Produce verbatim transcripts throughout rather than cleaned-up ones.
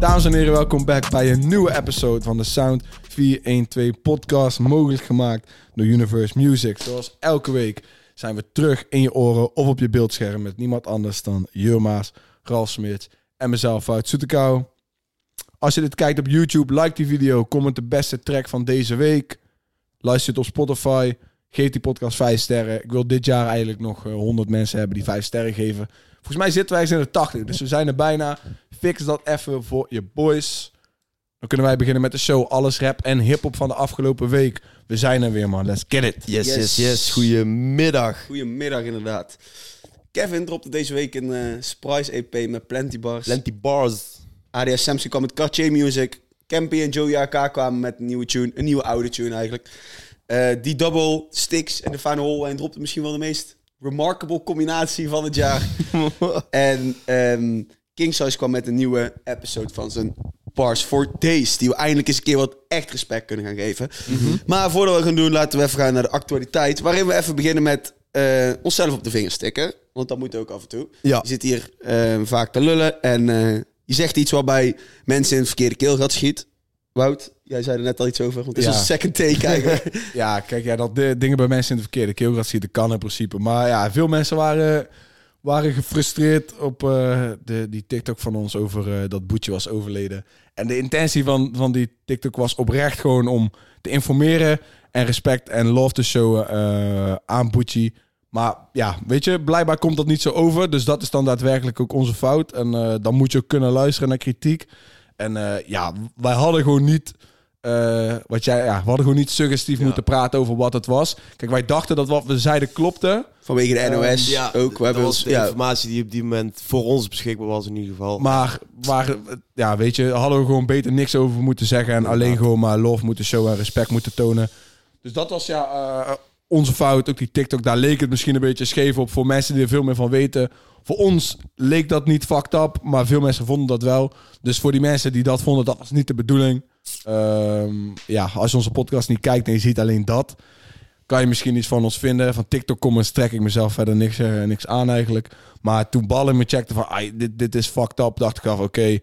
Dames en heren, welkom back bij een nieuwe episode van de Sound vier een twee podcast, mogelijk gemaakt door Universe Music. Zoals elke week zijn we terug in je oren of op je beeldscherm met niemand anders dan Jurma's, Ralf Smits en mezelf, Wout Soetekau. Als je dit kijkt op YouTube, like die video, comment de beste track van deze week. Luister het op Spotify, geef die podcast vijf sterren. Ik wil dit jaar eigenlijk nog honderd mensen hebben die vijf sterren geven. Volgens mij zitten wij eens in de tachtig, dus we zijn er bijna. Fix dat even voor je boys. Dan kunnen wij beginnen met de show. Alles rap en hiphop van de afgelopen week. We zijn er weer, man. Let's get it. Yes, yes, yes. yes. Goedemiddag. Goedemiddag, inderdaad. Kevin dropte deze week een uh, surprise E P met Plenty Bars. Plenty Bars. A D S Samson kwam met Cartier Music. Campy en Joey A K kwamen met een nieuwe tune. Een nieuwe oude tune eigenlijk. Uh, die double Sticks en de Final Hole. En dropte misschien wel de meest remarkable combinatie van het jaar. en um, King Size kwam met een nieuwe episode van zijn Bars for Days. Die we eindelijk eens een keer wat echt respect kunnen gaan geven. Mm-hmm. Maar voordat we gaan doen, laten we even gaan naar de actualiteit. Waarin we even beginnen met uh, onszelf op de vingers stikken. Want dat moet ook af en toe. Ja. Je zit hier uh, vaak te lullen. En uh, je zegt iets waarbij mensen in het verkeerde keelgat schiet. Wout, jij zei er net al iets over. Want het is ja. een second take eigenlijk. ja, kijk, ja, dat de dingen bij mensen in het verkeerde keelgat schieten kan in principe. Maar ja, veel mensen waren... waren gefrustreerd op uh, de, die TikTok van ons over uh, dat Boetje was overleden. En de intentie van, van die TikTok was oprecht gewoon om te informeren en respect en love te showen uh, aan Boetje. Maar ja, weet je, blijkbaar komt dat niet zo over. Dus dat is dan daadwerkelijk ook onze fout. En uh, dan moet je ook kunnen luisteren naar kritiek. En uh, ja, wij hadden gewoon niet... Uh, wat jij, ja, we hadden gewoon niet suggestief ja. moeten praten over wat het was. Kijk, wij dachten dat wat we zeiden klopte. Vanwege de N O S uh, ja, ook. We hebben was de ja. informatie die op die moment voor ons beschikbaar was in ieder geval. Maar waar, ja, weet je, hadden we gewoon beter niks over moeten zeggen. En ja, alleen gewoon maar love moeten showen en respect moeten tonen. Dus dat was ja uh, onze fout. Ook die TikTok, daar leek het misschien een beetje scheef op. Voor mensen die er veel meer van weten. Voor ons leek dat niet fucked up. Maar veel mensen vonden dat wel. Dus voor die mensen die dat vonden, dat was niet de bedoeling. Um, ja, als je onze podcast niet kijkt en je ziet alleen dat, kan je misschien iets van ons vinden. Van TikTok comments trek ik mezelf verder niks, uh, niks aan eigenlijk. Maar toen Ballen me checkte van, ay, dit, dit is fucked up, dacht ik af, oké, okay,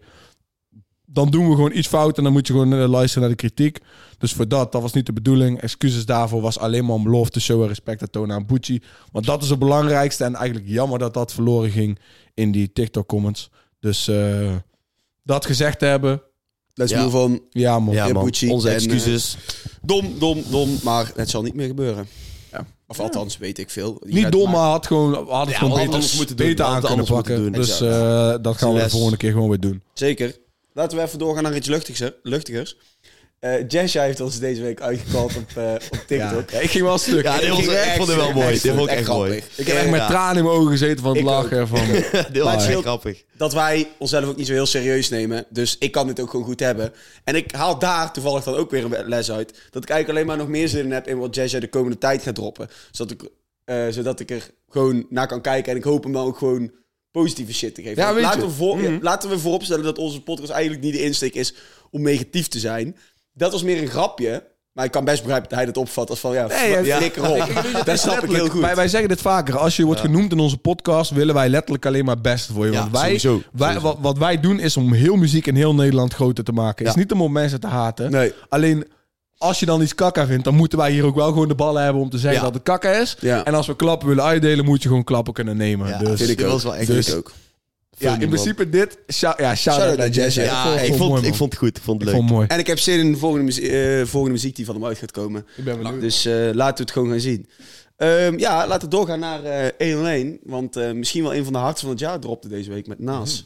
dan doen we gewoon iets fout en dan moet je gewoon uh, luisteren naar de kritiek. Dus voor dat, dat was niet de bedoeling. Excuses daarvoor was alleen maar om love te showen, respect te tonen aan Boetje. Want dat is het belangrijkste en eigenlijk jammer dat dat verloren ging in die TikTok comments. Dus uh, dat gezegd te hebben. Let's ja. move on. Ja, man. Ja, man. Onze en, excuses. Uh, dom, dom, dom. Maar het zal niet meer gebeuren. Ja. Of ja. althans, weet ik veel. Je niet dom, maar had gewoon, had het ja, gewoon beter, moeten beter doen, aan kunnen pakken. Doen. Dus uh, dat gaan we de volgende keer gewoon weer doen. Zeker. Laten we even doorgaan naar iets luchtigers. luchtigers. Uh, Jesja heeft ons deze week uitgekald op, uh, op TikTok. Ja. Ja, ik ging wel een stuk. Ja, dit was echt, vond ik wel mooi. Dit vond ik echt mooi. Ik heb echt met tranen in mijn ogen gezeten van het lachen. Van... Dit was echt grappig. Dat wij onszelf ook niet zo heel serieus nemen. Dus ik kan dit ook gewoon goed hebben. En ik haal daar toevallig dan ook weer een les uit. Dat ik eigenlijk alleen maar nog meer zin in heb in wat Jesja de komende tijd gaat droppen. Zodat ik, uh, zodat ik er gewoon naar kan kijken. En ik hoop hem dan ook gewoon positieve shit te geven. Ja, laten, we voor, mm-hmm. laten we vooropstellen dat onze podcast eigenlijk niet de insteek is om negatief te zijn. Dat was meer een grapje. Maar ik kan best begrijpen dat hij dat opvat als van... ja, nee, ja. flikker op. Ja. Dat snap ik heel goed. Wij, wij zeggen dit vaker. Als je wordt ja. genoemd in onze podcast... willen wij letterlijk alleen maar het beste voor je. Ja, want wij, sowieso, wij, sowieso. Wat, wat wij doen is om heel muziek in heel Nederland groter te maken. Het ja. is niet om mensen te haten. Nee. Alleen... als je dan iets kakka vindt, dan moeten wij hier ook wel gewoon de ballen hebben om te zeggen ja. dat het kakka is. Ja. En als we klappen willen uitdelen, moet je gewoon klappen kunnen nemen. Ja, dus, vind ik ook. Wel echt dus, ook. Ja, in principe dit... Shout, ja, shout, shout out naar Jazz. Ja, ja, ik, vond, mooi, ik vond het goed. Ik vond het ik leuk. Vond het mooi. En ik heb zin in de volgende, muzie- uh, volgende muziek die van hem uit gaat komen. Ik ben benieuwd. Dus uh, laten we het gewoon gaan zien. Um, ja, laten we doorgaan naar uh, één nul één. Want uh, misschien wel een van de hardste van het jaar dropte deze week met Nas.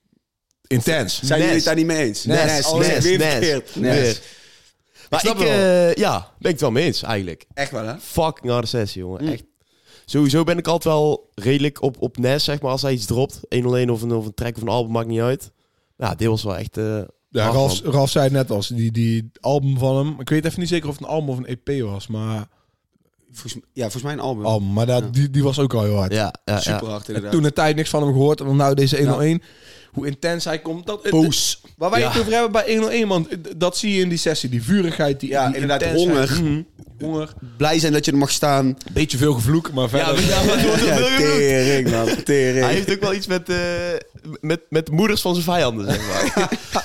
Intens. Zijn jullie het daar niet mee eens? Nes. Nes. Oh, Nes. Weer Nes. verkeerd. Nes. Nes. Maar ik, uh, ja, ben ik het wel mee eens eigenlijk. Echt wel, hè? Fucking harde sessie, jongen. Mm. Echt. Sowieso ben ik altijd wel redelijk op, op Nes, zeg maar, als hij iets dropt. één nul één of een, of een track of een album, maakt niet uit. Nou, dit was wel echt... Uh, ja, Ralf, Ralf zei het net al, die, die album van hem... Ik weet even niet zeker of het een album of een E P was, maar... Volgens, ja, volgens mij een album. album maar dat, ja. die, die was ook al heel hard. Ja, ja, super ja. hard inderdaad. En toen de tijd niks van hem gehoord. En dan nou deze één nul één. Ja. Hoe intens hij komt. Dat, Boos. Waar wij ja. het over hebben bij één nul één, man. Dat zie je in die sessie. Die vurigheid. Die, ja, die inderdaad. Honger. Mm-hmm. Honger. Blij zijn dat je er mag staan. Beetje veel gevloek, maar verder... Ja, ja, maar ja, tering, man. Tering. Hij heeft ook wel iets met, uh, met, met de moeders van zijn vijanden, zeg maar.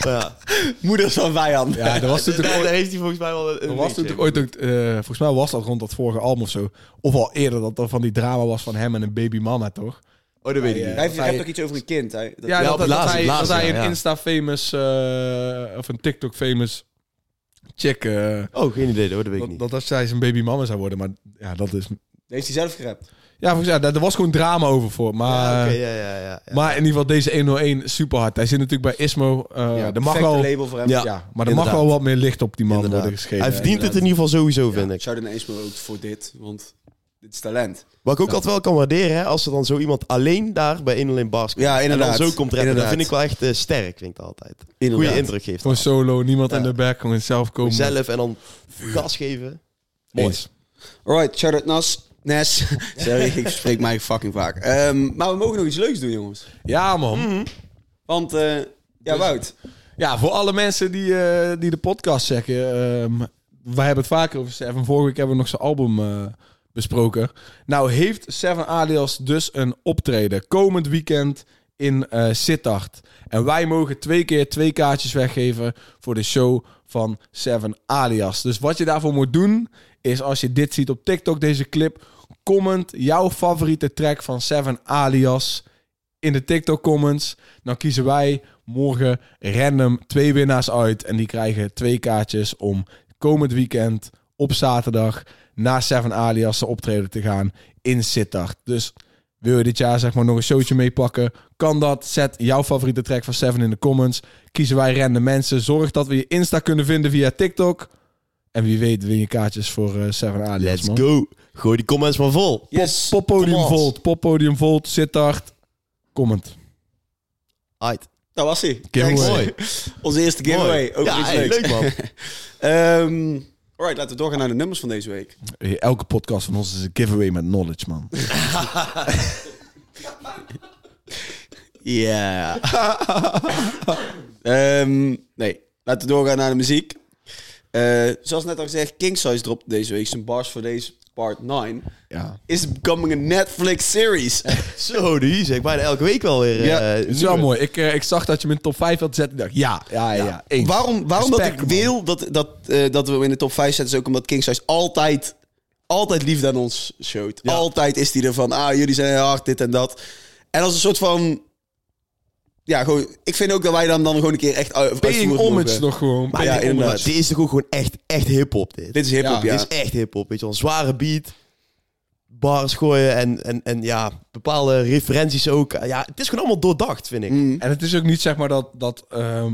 Ja. Moeders van vijand. Ja, dat was Daar, natuurlijk daar ooit... heeft hij volgens mij wel een... Er een was beetje. natuurlijk ooit ook... eh, volgens mij was dat rond dat vorige album of zo. Of al eerder dat er van die drama was van hem en een baby mama, toch? Oh, dat weet ik Ja, niet. Hij heeft, hij- hij heeft ook iets over een kind. Hij, dat, Ja, Ja, dat, op dat, het dat laatste- hij, laatste, dat hij ja, een ja. Insta-famous... eh, of een TikTok-famous chick... eh, Oh, geen idee, dat weet ik dat, niet. dat, dat zij zijn baby mama zou worden. Maar ja, dat is... heeft hij zelf gerapt. Ja, volgens mij, daar, er was gewoon drama over voor. Maar, Ja, oké, ja, ja, ja, ja. maar in ieder geval deze honderdéén super hard. Hij zit natuurlijk bij Ismo. Uh, Ja, er mag perfecte wel, label voor hem. ja, Ja, maar er mag inderdaad. wel wat meer licht op die man Inderdaad. worden geschreven. Hij verdient het in ieder geval sowieso, vind ik. Shout-out naar Esmo ook voor dit, want dit is talent. Wat ik ook altijd wel kan waarderen, hè, als er dan zo iemand alleen daar bij honderdéén Bars komt. Ja, inderdaad. En dan zo komt rappen, dat Inderdaad. vind ik wel echt eh, sterk, vind ik dat altijd. Inderdaad. Goeie indruk geeft. Gewoon dat. solo, niemand Ja. in de back, gewoon zelf komen. Zelf en dan gas geven. Mooi. Eens. Alright, shout-out Nas. Nes. Sorry, ik spreek mij fucking vaak. Ehm, maar we mogen nog iets leuks doen, jongens. Ja, man. Mhm. Want, eh, ja, Dus- Wout. Ja, voor alle mensen die, eh, die de podcast checken. ehm, wij hebben het vaker over Seven. Vorige week hebben we nog zijn album eh, besproken. Nou heeft Seven Alias dus een optreden. Komend weekend in eh Sittard. En wij mogen twee keer twee kaartjes weggeven voor de show van Seven Alias. Dus wat je daarvoor moet doen, is als je dit ziet op TikTok, deze clip, comment jouw favoriete track van Seven Alias in de TikTok comments. Dan kiezen wij morgen random twee winnaars uit. En die krijgen twee kaartjes om komend weekend op zaterdag naar Seven Alias te optreden te gaan in Sittard. Dus wil je dit jaar zeg maar nog een showtje meepakken? Kan dat? Zet jouw favoriete track van Seven in de comments. Kiezen wij random mensen. Zorg dat we je Insta kunnen vinden via TikTok. En wie weet win je kaartjes voor uh, Seven Alias, Let's man. go. Gooi die comments maar vol. Yes. Pop, poppodium Kom ons. Volt. Poppodium Volt, Sittard. Comment. Uit. Dat was hij. Giveaway. Thanks. Onze eerste giveaway. Ook Ja, iets hey, leuks. leuk man. Ehm, alright, laten we doorgaan naar de nummers van deze week. Elke podcast van ons is een giveaway met knowledge, man. Ja. Ehm, nee, laten we doorgaan naar de muziek. Eh, zoals net al gezegd, King Size dropt deze week zijn bars voor deze part negen. Ja. Is becoming a Netflix series. Zo, die zeg bijna elke week wel weer. Ja, eh, Het is wel nieuwe. mooi. Ik, uh, ik zag dat je hem in top vijf had zetten. Ik dacht, ja, ja, ja. ja. Eens. Waarom, waarom dat Respect, ik man. wil dat, dat, uh, dat we hem in de top vijf zetten, is ook omdat King Size altijd, altijd liefde aan ons showt. Ja. Altijd is hij er van, ah, jullie zijn hard, dit en dat. En als een soort van... Ja, gewoon... Ik vind ook dat wij dan, dan gewoon een keer echt... uit- Paying uitgevoerd homage mogen. nog gewoon. Maar Paying ja, inderdaad. homage. Dit is toch ook gewoon echt, echt hip-hop. Dit. Dit is hiphop, Ja, ja. Dit is echt hip-hop. Weet je wel, een zware beat. Bars gooien en, en, en ja, bepaalde referenties ook. Ja, het is gewoon allemaal doordacht, vind ik. Mm. En het is ook niet zeg maar dat... dat ehm,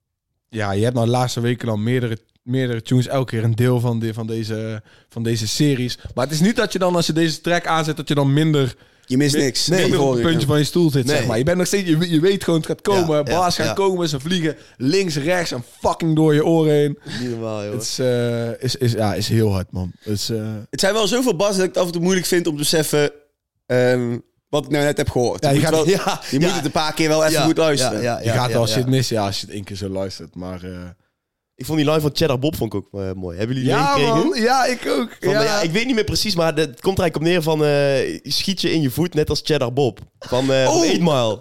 ja, je hebt nou de laatste weken al meerdere, meerdere tunes. Elke keer een deel van, de, van, deze, van deze series. Maar het is niet dat je dan, als je deze track aanzet, dat je dan minder... Je mist niks. Nee, minder op het puntje van je stoel zit, Nee. zeg maar. Je bent nog steeds... Je, je weet gewoon, het gaat komen. Ja, Bars ja, gaan ja. komen. Ze vliegen links, rechts en fucking door je oren heen. Niet normaal, joh. Het is, eh, is, is, ja, is heel hard, man. Het is, eh, Het zijn wel zoveel bars dat ik het af en toe moeilijk vind om te beseffen... ehm, wat ik nou net heb gehoord. Ja, je je moet, gaat- wel, ja, je ja. moet het een paar keer wel even Ja, goed luisteren. ja, ja, je ja, gaat ja, wel ja. shit missen ja, als je het één keer zo luistert. Maar... eh, Ik vond die line van Cheddar Bob vond ik ook eh, mooi. Hebben jullie die ja, meegekregen? man. Ja, ik ook. Van, ja. ja, ik weet niet meer precies, maar het komt er eigenlijk op neer van... eh, schiet je in je voet, net als Cheddar Bob. Van, eh van Oh. eight Mile.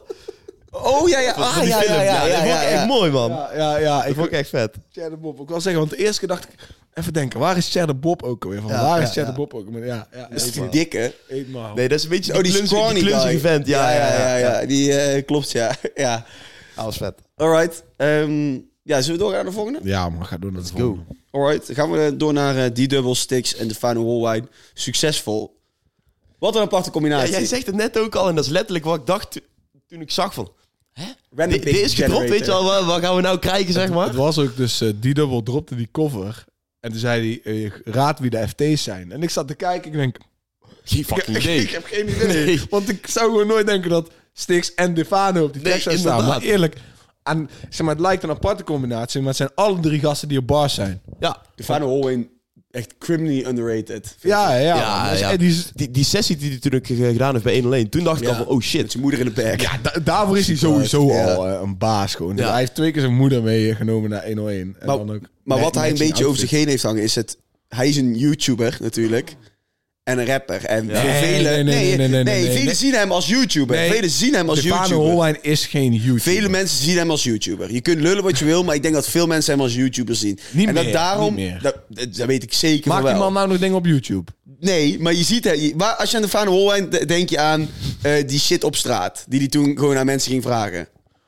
Oh, ja, ja. Van Ah, die ja, film. ja, ja, ja, dat vond ik ja, echt ja. mooi, man. Ja, ja, ja. Dat Ik vond ik echt vet. Cheddar Bob. Ik wil zeggen, want de eerste keer dacht ik... Even denken, waar is Cheddar Bob ook alweer? Van, Ja, waar ja, is Cheddar ja. Bob ook? Maar ja, ja. Dat is eet die maar. dikke. Eet maar. Nee, dat is een beetje Oh, die klunzige, scrawny die klunzige guy. vent. Ja, ja, ja. ja, ja. Die eh, klopt, ja. ja. Dat was vet. Alright. Ehm, ja, zullen we doorgaan naar de volgende? Ja, maar ga door naar de go. volgende. Alright. Dan gaan we door naar uh, D-Double, Stix en de Final Whole Succesvol. Wat een aparte Ja, combinatie. jij zegt het net ook al, en dat is letterlijk wat ik dacht to- toen ik zag van... Random Dit Big dit is gedropt, weet je Generator. wel, wat, wat gaan we nou krijgen, zeg maar? Het was ook dus... eh D-Double dropte die cover. En toen zei hij... eh, raad wie de F T's zijn. En ik zat te kijken. Ik denk... Geen fucking ik, idee. ik heb geen idee. Nee. Want ik zou gewoon nooit denken dat Stix en Defano op die track Nee, zouden staan. inderdaad. Maar eerlijk... En, zeg maar, het lijkt een aparte combinatie. Maar het zijn alle drie gasten die op bars zijn. Ja, De Final Whole echt criminally underrated. vind Ja, ja. Ja, man. Dus, ja. eh, die is- die, die sessie die hij toen ook eh, gedaan heeft bij één alleen, toen dacht ik Ja. al van, oh Met shit. zijn moeder in de bag. Ja, da- daarvoor is hij sowieso Ja. al eh, een baas gewoon. Dus Ja. hij heeft twee keer zijn moeder meegenomen naar honderdéén. En Maar- dan ook Maar met- wat hij een matching beetje over zich outfit. heen heeft hangen is het... Hij is een YouTuber natuurlijk. en een rapper. En Nee, voor velen, nee, nee, nee, nee, nee, nee, velen nee. zien hem als YouTuber. Nee. Velen zien hem als Stefano YouTuber. Holwijn is geen YouTuber. Vele mensen zien hem als YouTuber. Je kunt lullen wat je wil, maar ik denk dat veel mensen hem als YouTuber zien. Niet en dat meer, daarom, niet meer. Dat, dat, dat weet ik zeker Maakt van die wel. man nou nog dingen op YouTube? Nee, maar je ziet het. Waar, als je aan de Stefano Holwijn d- denk je aan uh, die shit op straat. Die hij toen gewoon aan mensen ging vragen.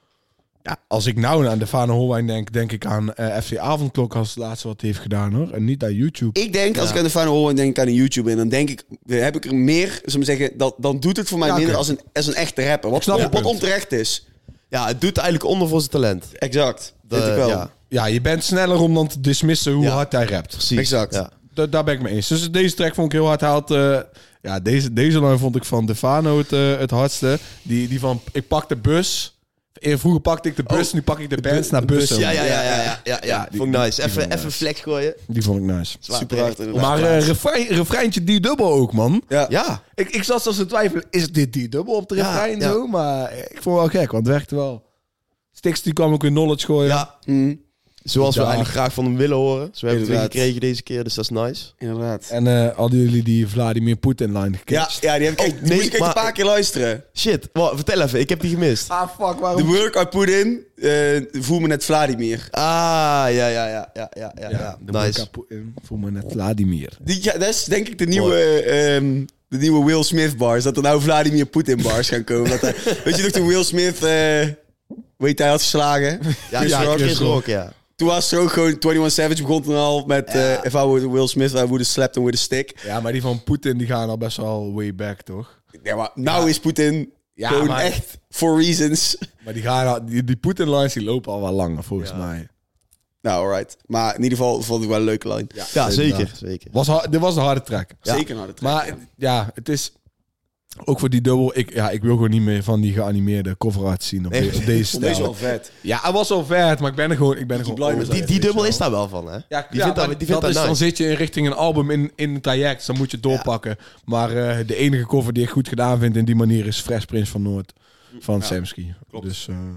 Ja, als ik nou aan Stefano Holwijn denk, denk ik aan uh, F C Avondklok als het laatste wat hij heeft gedaan, hoor. En niet aan YouTube. Ik denk, als ik aan de Stefano Holwijn denk aan een YouTuber, en dan denk ik, heb ik er meer, zullen we zeggen, dat, dan doet het voor mij Ja, minder oké. als een, als een echte rapper. Wat, snap je wat, wat punt. onterecht is. Ja, het doet eigenlijk onder voor zijn talent. Exact. De- Vind ik wel. Ja, Ja, je bent sneller om dan te dismissen hoe Ja. hard hij rapt. precies. Exact. Ja. Da- daar ben ik mee eens. Dus deze track vond ik heel hard. Hij had, eh, ja, deze, deze line vond ik van Stefano het, eh, het hardste. Die, die van, ik pak de bus. Eer vroeger pakte ik de bus, Oh, nu pak ik de bands naar bussen. Ja, ja, ja, ja, ja, ja, Ja, die- vond ik nice. die vond ik Even, even nice. flex gooien. Die vond ik nice. Zwaar Super terecht. hard, inderdaad. Maar uh, refrein, refreintje die dubbel ook, man. Ja. Ja, Ik, ik zat zelfs te twijfelen, is dit die dubbel op de Ja, refrein ja. zo? Maar ik vond het wel gek, want het werkte wel. Stix die kwam ook weer knowledge gooien. ja. Mm, Zoals we Ja. eigenlijk graag van hem willen horen. Zo hebben we het weer Inderdaad. gekregen deze keer, dus dat is nice. inderdaad. En uh, hadden jullie die Vladimir Poetin-line Ja, gecatcht? ja, die heb ik echt, Oh, die nee, moest ik echt maar- een paar keer luisteren. Shit, wa- vertel even, ik heb die gemist. Ah, fuck, The waarom? work I put in, uh, voel me net Vladimir. Ah, ja, ja, ja, ja, ja, ja, ja. Ja, de nice. Boca Poetin, voel me net Vladimir. Die, ja, dat is denk ik de nieuwe, ehm, de nieuwe Will Smith bars. Dat er nou Vladimir Poetin bars gaan komen. Dat hij, weet je nog toen Will Smith, uh, weet hij had geslagen? Ja, Chris ja, Rock. Chris Rock, ja. Toen was er ook gewoon eenentwintig Savage begon toen al met Ja. uh, if I were Will Smith, I would have slapped him with a stick. Ja, maar die van Poetin die gaan al best wel way back, toch? Ja, maar nou is Poetin Ja, gewoon maar- echt for reasons. Maar die, gaan al, die, die Poetin-lines die lopen al wel langer, volgens Ja. mij. Nou, alright. Maar in ieder geval vond ik wel een leuke line. Ja, Ja, zeker, inderdaad. zeker. Was hard, dit was een harde track. Ja. Zeker naar de track. Maar ja, het is ook voor die dubbel. Ik, ja, ik wil gewoon niet meer van die geanimeerde cover art zien op, Nee, de- op deze Ik vond deze stijl. wel vet. Ja, het was wel vet, maar ik ben er gewoon, ik ben er gewoon Blind over, was Die, weet die je dubbel wel. is daar wel van, hè? Ja, Die ja, vindt maar dat, die vindt dat dat is, nice. dan zit je in richting een album in, in het traject. Dus dan moet je het doorpakken. Maar eh, de enige cover die ik goed gedaan vind in die manier is Fresh Prince van Noord van Ja, Samsky. klopt. Dus uh,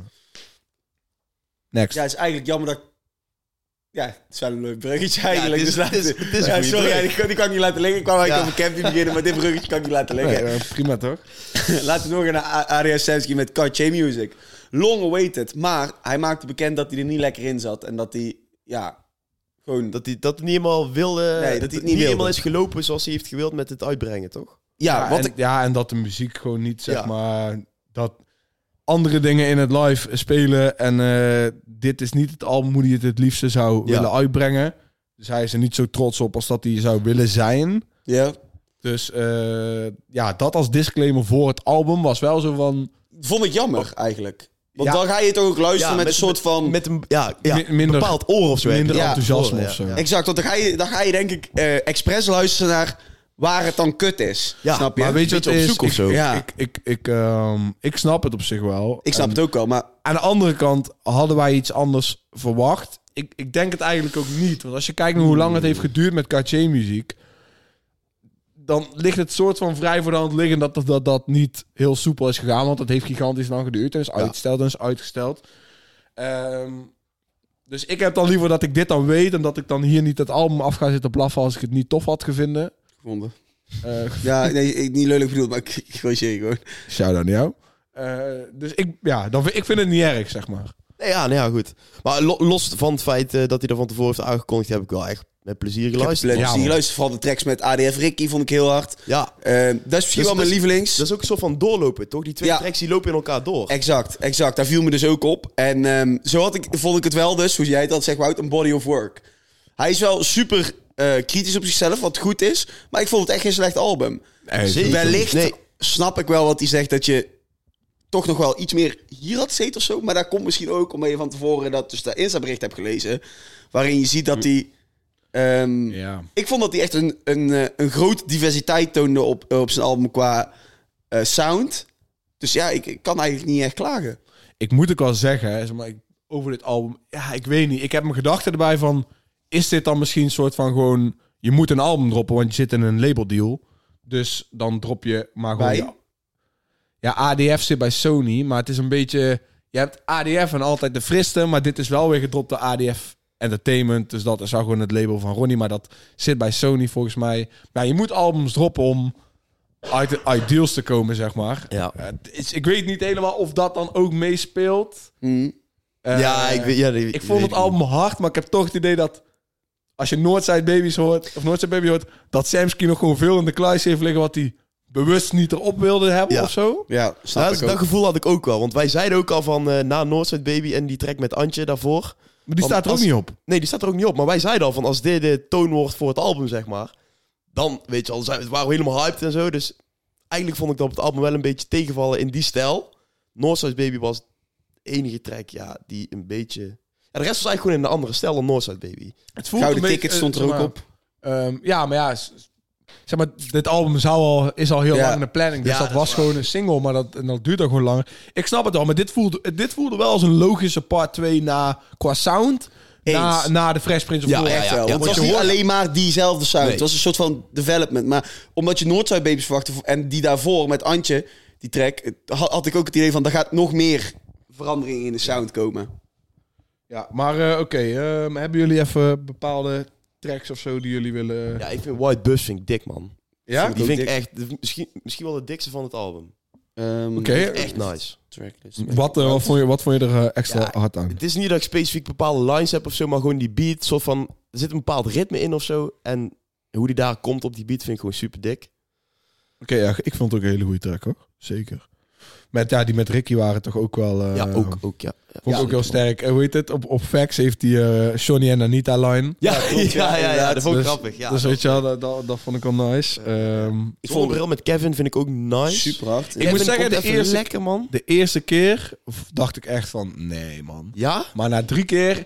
next. Ja, het is eigenlijk jammer dat... Ja, het is wel een leuk bruggetje eigenlijk. het is- dus het is- laten- het is een ja, goede sorry, brug. ja, die, kan- die kan ik niet laten liggen. Ik kwam eigenlijk Ja. over Campy beginnen, maar dit bruggetje kan ik niet laten liggen. Nee, eh, prima toch? Laten we doorgaan naar A D S Samsky met Cartier Music. Long awaited, maar hij maakte bekend dat hij er niet lekker in zat. En dat hij, ja, gewoon... Dat hij dat hij niet helemaal wilde... Nee, dat hij het het niet niet wilde. helemaal is gelopen zoals hij heeft gewild met het uitbrengen, toch? ja, Ja, wat en, ik... ja, en dat de muziek gewoon niet, zeg Ja. maar, dat andere dingen in het live spelen. En eh, dit is niet het album hoe hij het het liefste zou Ja. willen uitbrengen. Dus hij is er niet zo trots op als dat hij zou willen zijn. Ja, Dus eh, ja, dat als disclaimer voor het album was wel zo van... vond ik jammer eigenlijk. Want Ja. dan ga je toch ook luisteren met, met- een soort van... Met een ja, ja, Mi- minder- bepaald oor of zo. minder Ja, enthousiasme ja, of zo. ja. Exact, want dan ga je, dan ga je denk ik eh expres luisteren naar waar het dan kut is. Ja, Snap je? Maar weet je wat Beetje het op is? zoek of ik, zo. Ja. ik, ik, ik, ehm, ik snap het op zich wel. Ik snap En het ook wel, maar... aan de andere kant hadden wij iets anders verwacht. Ik, ik denk het eigenlijk ook niet. Want als je kijkt naar hoe lang het heeft geduurd met Cartier-muziek... dan ligt het soort van vrij voor de hand liggen dat dat, dat dat niet heel soepel is gegaan. Want het heeft gigantisch lang geduurd. En is uitgesteld en is uitgesteld. Ehm, dus ik heb dan liever dat ik dit dan weet... en dat ik dan hier niet het album af ga zitten blaffen... als ik het niet tof had gevonden. Gevonden. Eh Ja, nee, ik, niet lelijk bedoeld, maar ik, ik corrigeer je gewoon. Shout-out naar jou. Eh, dus ik, ja, dan, vind- ik vind het niet erg, zeg maar. Nee, ja, nee, ja, goed. Maar lo- los van het feit eh, dat hij er van tevoren heeft aangekondigd... heb ik wel echt met plezier Ik heb geluisterd. het Ja, man. geluisterd, vooral de tracks met A D F Ricky vond ik heel hard. Ja, Eh, dat is misschien Dus- wel mijn dus- lievelings. dat is ook een soort van doorlopen, toch? Die twee Ja. tracks die lopen in elkaar door. Exact, exact. Daar viel me dus ook op. En ehm, zo had ik, vond ik het wel dus, hoe jij het al zegt, Wout, een body of work. Hij is wel super eh, kritisch op zichzelf, wat goed is. Maar ik vond het echt geen slecht album. Nee, Zeker. Wellicht Nee. snap ik wel wat hij zegt, dat je toch nog wel iets meer hier had gezeten of zo. Maar dat komt misschien ook omdat je van tevoren dat, dus dat Insta-bericht hebt gelezen. Waarin je ziet dat hij... ehm, Ja. Ik vond dat hij echt een, een, eh, een grote diversiteit toonde op, op zijn album qua eh, sound. Dus ja, ik, ik kan eigenlijk niet echt klagen. Ik moet ook wel zeggen, hè, zeg maar, ik- over dit album... Ja, ik weet niet. Ik heb mijn gedachten erbij van... Is dit dan misschien een soort van gewoon... Je moet een album droppen, want je zit in een labeldeal. Dus dan drop je maar gewoon... Bij? je- Ja, A D F zit bij Sony, maar het is een beetje... Je hebt A D F en altijd de friste, maar dit is wel weer gedropt door A D F Entertainment. Dus dat is wel gewoon het label van Ronnie. Maar dat zit bij Sony volgens mij. Maar je moet albums droppen om uit de ideals te komen, zeg maar. Ja. Uh, het is, ik weet niet helemaal of dat dan ook meespeelt. Mm. Uh, ja, ik weet... Ja, die, ik vond het album hard, maar ik heb toch het idee dat... Als je Northside Babies hoort, of Northside Baby hoort... dat Samsky nog gewoon veel in de kluis heeft liggen... wat hij bewust niet erop wilde hebben Ja. of zo. Ja, snap Ja, ik dat ook. gevoel had ik ook wel. Want wij zeiden ook al van uh, na Northside Baby en die track met Antje daarvoor. Maar die Want staat er ook als- niet op. Nee, die staat er ook niet op. Maar wij zeiden al van als dit de toon wordt voor het album, zeg maar. Dan, weet je al, zijn- waren we helemaal hyped en zo. Dus eigenlijk vond ik dat op het album wel een beetje tegenvallen in die stijl. Northside Baby was de enige track, ja, die een beetje... Ja, de rest was eigenlijk gewoon in een andere stijl dan Northside Baby. Het voelt Gouden een Ticket beetje, stond eh, er ook zeg maar, op. ehm, ja, maar ja... s- Zeg maar, dit album zou al, is al heel Ja. lang in de planning. Dus Ja, dat, dat was is gewoon een single, maar dat, en dat duurt ook gewoon langer. Ik snap het wel, maar dit voelde, dit voelde wel als een logische part twee na, qua sound. Na, Eens. na de Fresh Prince of Ja, Bel-Air. ja, Echt ja, wel. ja, Want want het was je niet hoort- alleen maar diezelfde sound. Nee. Het was een soort van development. Maar omdat je Northside Babies verwachtte... en die daarvoor met Antje, die track... het- had, had ik ook het idee van... er gaat nog meer verandering in de sound komen. Ja, maar uh, oké. Okay, um, hebben jullie even bepaalde tracks of zo die jullie willen... Ja, ik vind White Bus vind ik dik, man. Ja? Vind Die ook vind ik dik. echt, de- misschien, misschien wel de dikste van het album. Um, Oké. Echt nice. Tracklist. Wat, uh, wat, vond je, wat vond je er uh, extra Ja, hard aan? Het is niet dat ik specifiek bepaalde lines heb of zo, maar gewoon die beat. Soort van, er zit een bepaald ritme in of zo. En hoe die daar komt op die beat vind ik gewoon super dik. Oké, okay, ja, ik vond het ook een hele goede track, hoor. Zeker. Met, ja, die met Ricky waren toch ook wel... Uh, ja, ook, ook ja. Vond ik ja, ook heel man. sterk. En hoe heet het? Op, op Facts heeft die uh, Johnny en Anita line. Ja, Ja, ja, klopt, ja, ja, ja, inderdaad. dat vond ik Dus- grappig. Ja, dus weet je wel, dat, dat, dat vond ik wel nice. Ehm, ik vond het met Kevin vind ik ook nice. Super hard. Ik Kevin moet zeggen, komt de even eerste- lekker, man. de eerste keer dacht ik echt van, nee man. Ja? Maar na drie keer,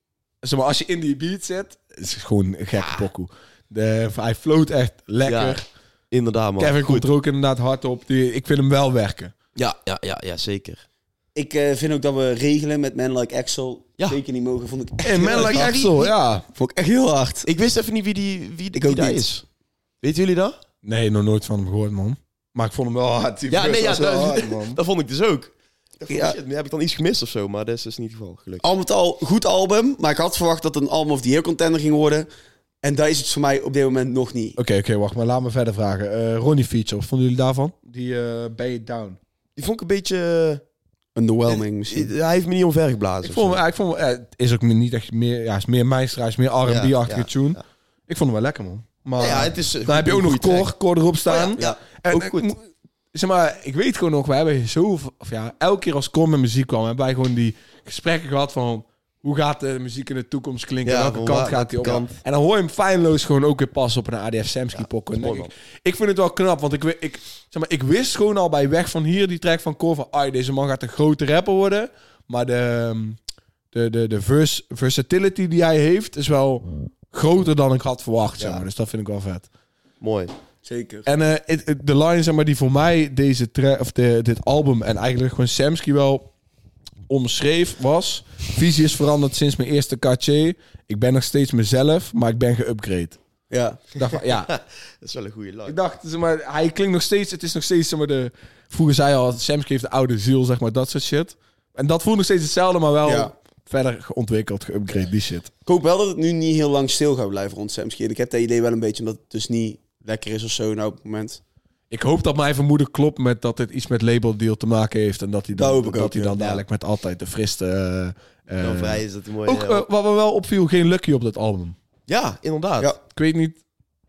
zeg maar, als je in die beat zit, is het gewoon een gekke pokoe. De, hij float echt lekker. Ja, inderdaad, man. Kevin Goed. komt er ook inderdaad hard op. Die, ik vind hem wel werken. Ja, ja, ja, ja, zeker. Ik uh, vind ook dat we regelen met Men Like Axel. Ja. Zeker niet mogen. Vond ik echt, En Man heel Like hard. Axel, ja. Vond ik echt heel hard. Ik wist even niet wie die wie, Ik wie ook dat niet. is. Weten jullie dat? Nee, nog nooit van hem gehoord, man. Maar ik vond hem wel hard. Die Ja, verse nee, ja, was wel dat- hard, man. Dat vond ik dus ook. Ik dacht, Ja. shit, heb ik dan iets gemist of zo? Maar dat is dus niet het geval, gelukkig. Al met al, goed album. Maar ik had verwacht dat het een album of the year contender ging worden. En dat is het voor mij op dit moment nog niet. Oké, oké, wacht. Maar laat me verder vragen. Uh, Ronnie feature, wat vonden jullie daarvan? Die uh, Bay It Down. Die vond ik een beetje... Underwhelming eh, misschien. Hij heeft me niet omvergeblazen. Ik of vond, zo. hem- ja, ik vond hem- eh, het is ook niet echt meer, ja, het is meer mijn straat, is meer R en B-achtige Ja, ja, tune. ja. Ik vond hem wel lekker, man. Maar Ja, het is, dan heb je ook nog Core, Core erop staan. Oh, ja. En, ook en- goed. mo- zeg maar, ik weet gewoon nog, we hebben zo, of ja, elke keer als Core met muziek kwam, hebben wij gewoon die gesprekken gehad van hoe gaat de muziek in de toekomst klinken, Ja, welke van kant waar- gaat die op. welke kant. En dan hoor je hem feilloos gewoon ook weer passen op een A D F Samsky Ja, pokken. En mooi, denk ik, man. ik vind het wel knap, want ik, wi- ik, zeg maar, ik wist gewoon al bij Weg van Hier, die track van Core, van ah, deze man gaat een grote rapper worden. Maar de, de, de, de vers, versatility die hij heeft, is wel groter dan ik had verwacht. Zeg Ja. maar. Dus dat vind ik wel vet. Mooi. Zeker. En eh, het- het- de line zeg maar, die voor mij deze tra- of de, dit album en eigenlijk gewoon Samsky wel omschreef was: visie is veranderd sinds mijn eerste Cartier. Ik ben nog steeds mezelf, maar ik ben geupgrade. Ja. Ik dacht van, ja, Dat is wel een goede line. ik dacht, zeg maar, hij klinkt nog steeds, het is nog steeds, zeg maar, de, vroeger zei je al, Samsky heeft de oude ziel, zeg maar, dat soort shit. En dat voelt nog steeds hetzelfde, maar wel Ja. verder geontwikkeld, geupgrade, die shit. Ik hoop wel dat het nu niet heel lang stil gaat blijven rond Samsky. En ik heb dat idee wel een beetje, omdat het dus niet lekker is of zo nou op het moment. Ik hoop dat mijn vermoeden klopt met dat dit iets met label deal te maken heeft en dat hij Dat dan, hoop ik dat ook, hij ja. dan dadelijk met altijd de friste... eh, Dan eh, vrij is dat hij mooi... ook eh, eh, wat me wel opviel, geen Lucky op dat album. ja, inderdaad. Ja. Ik weet niet,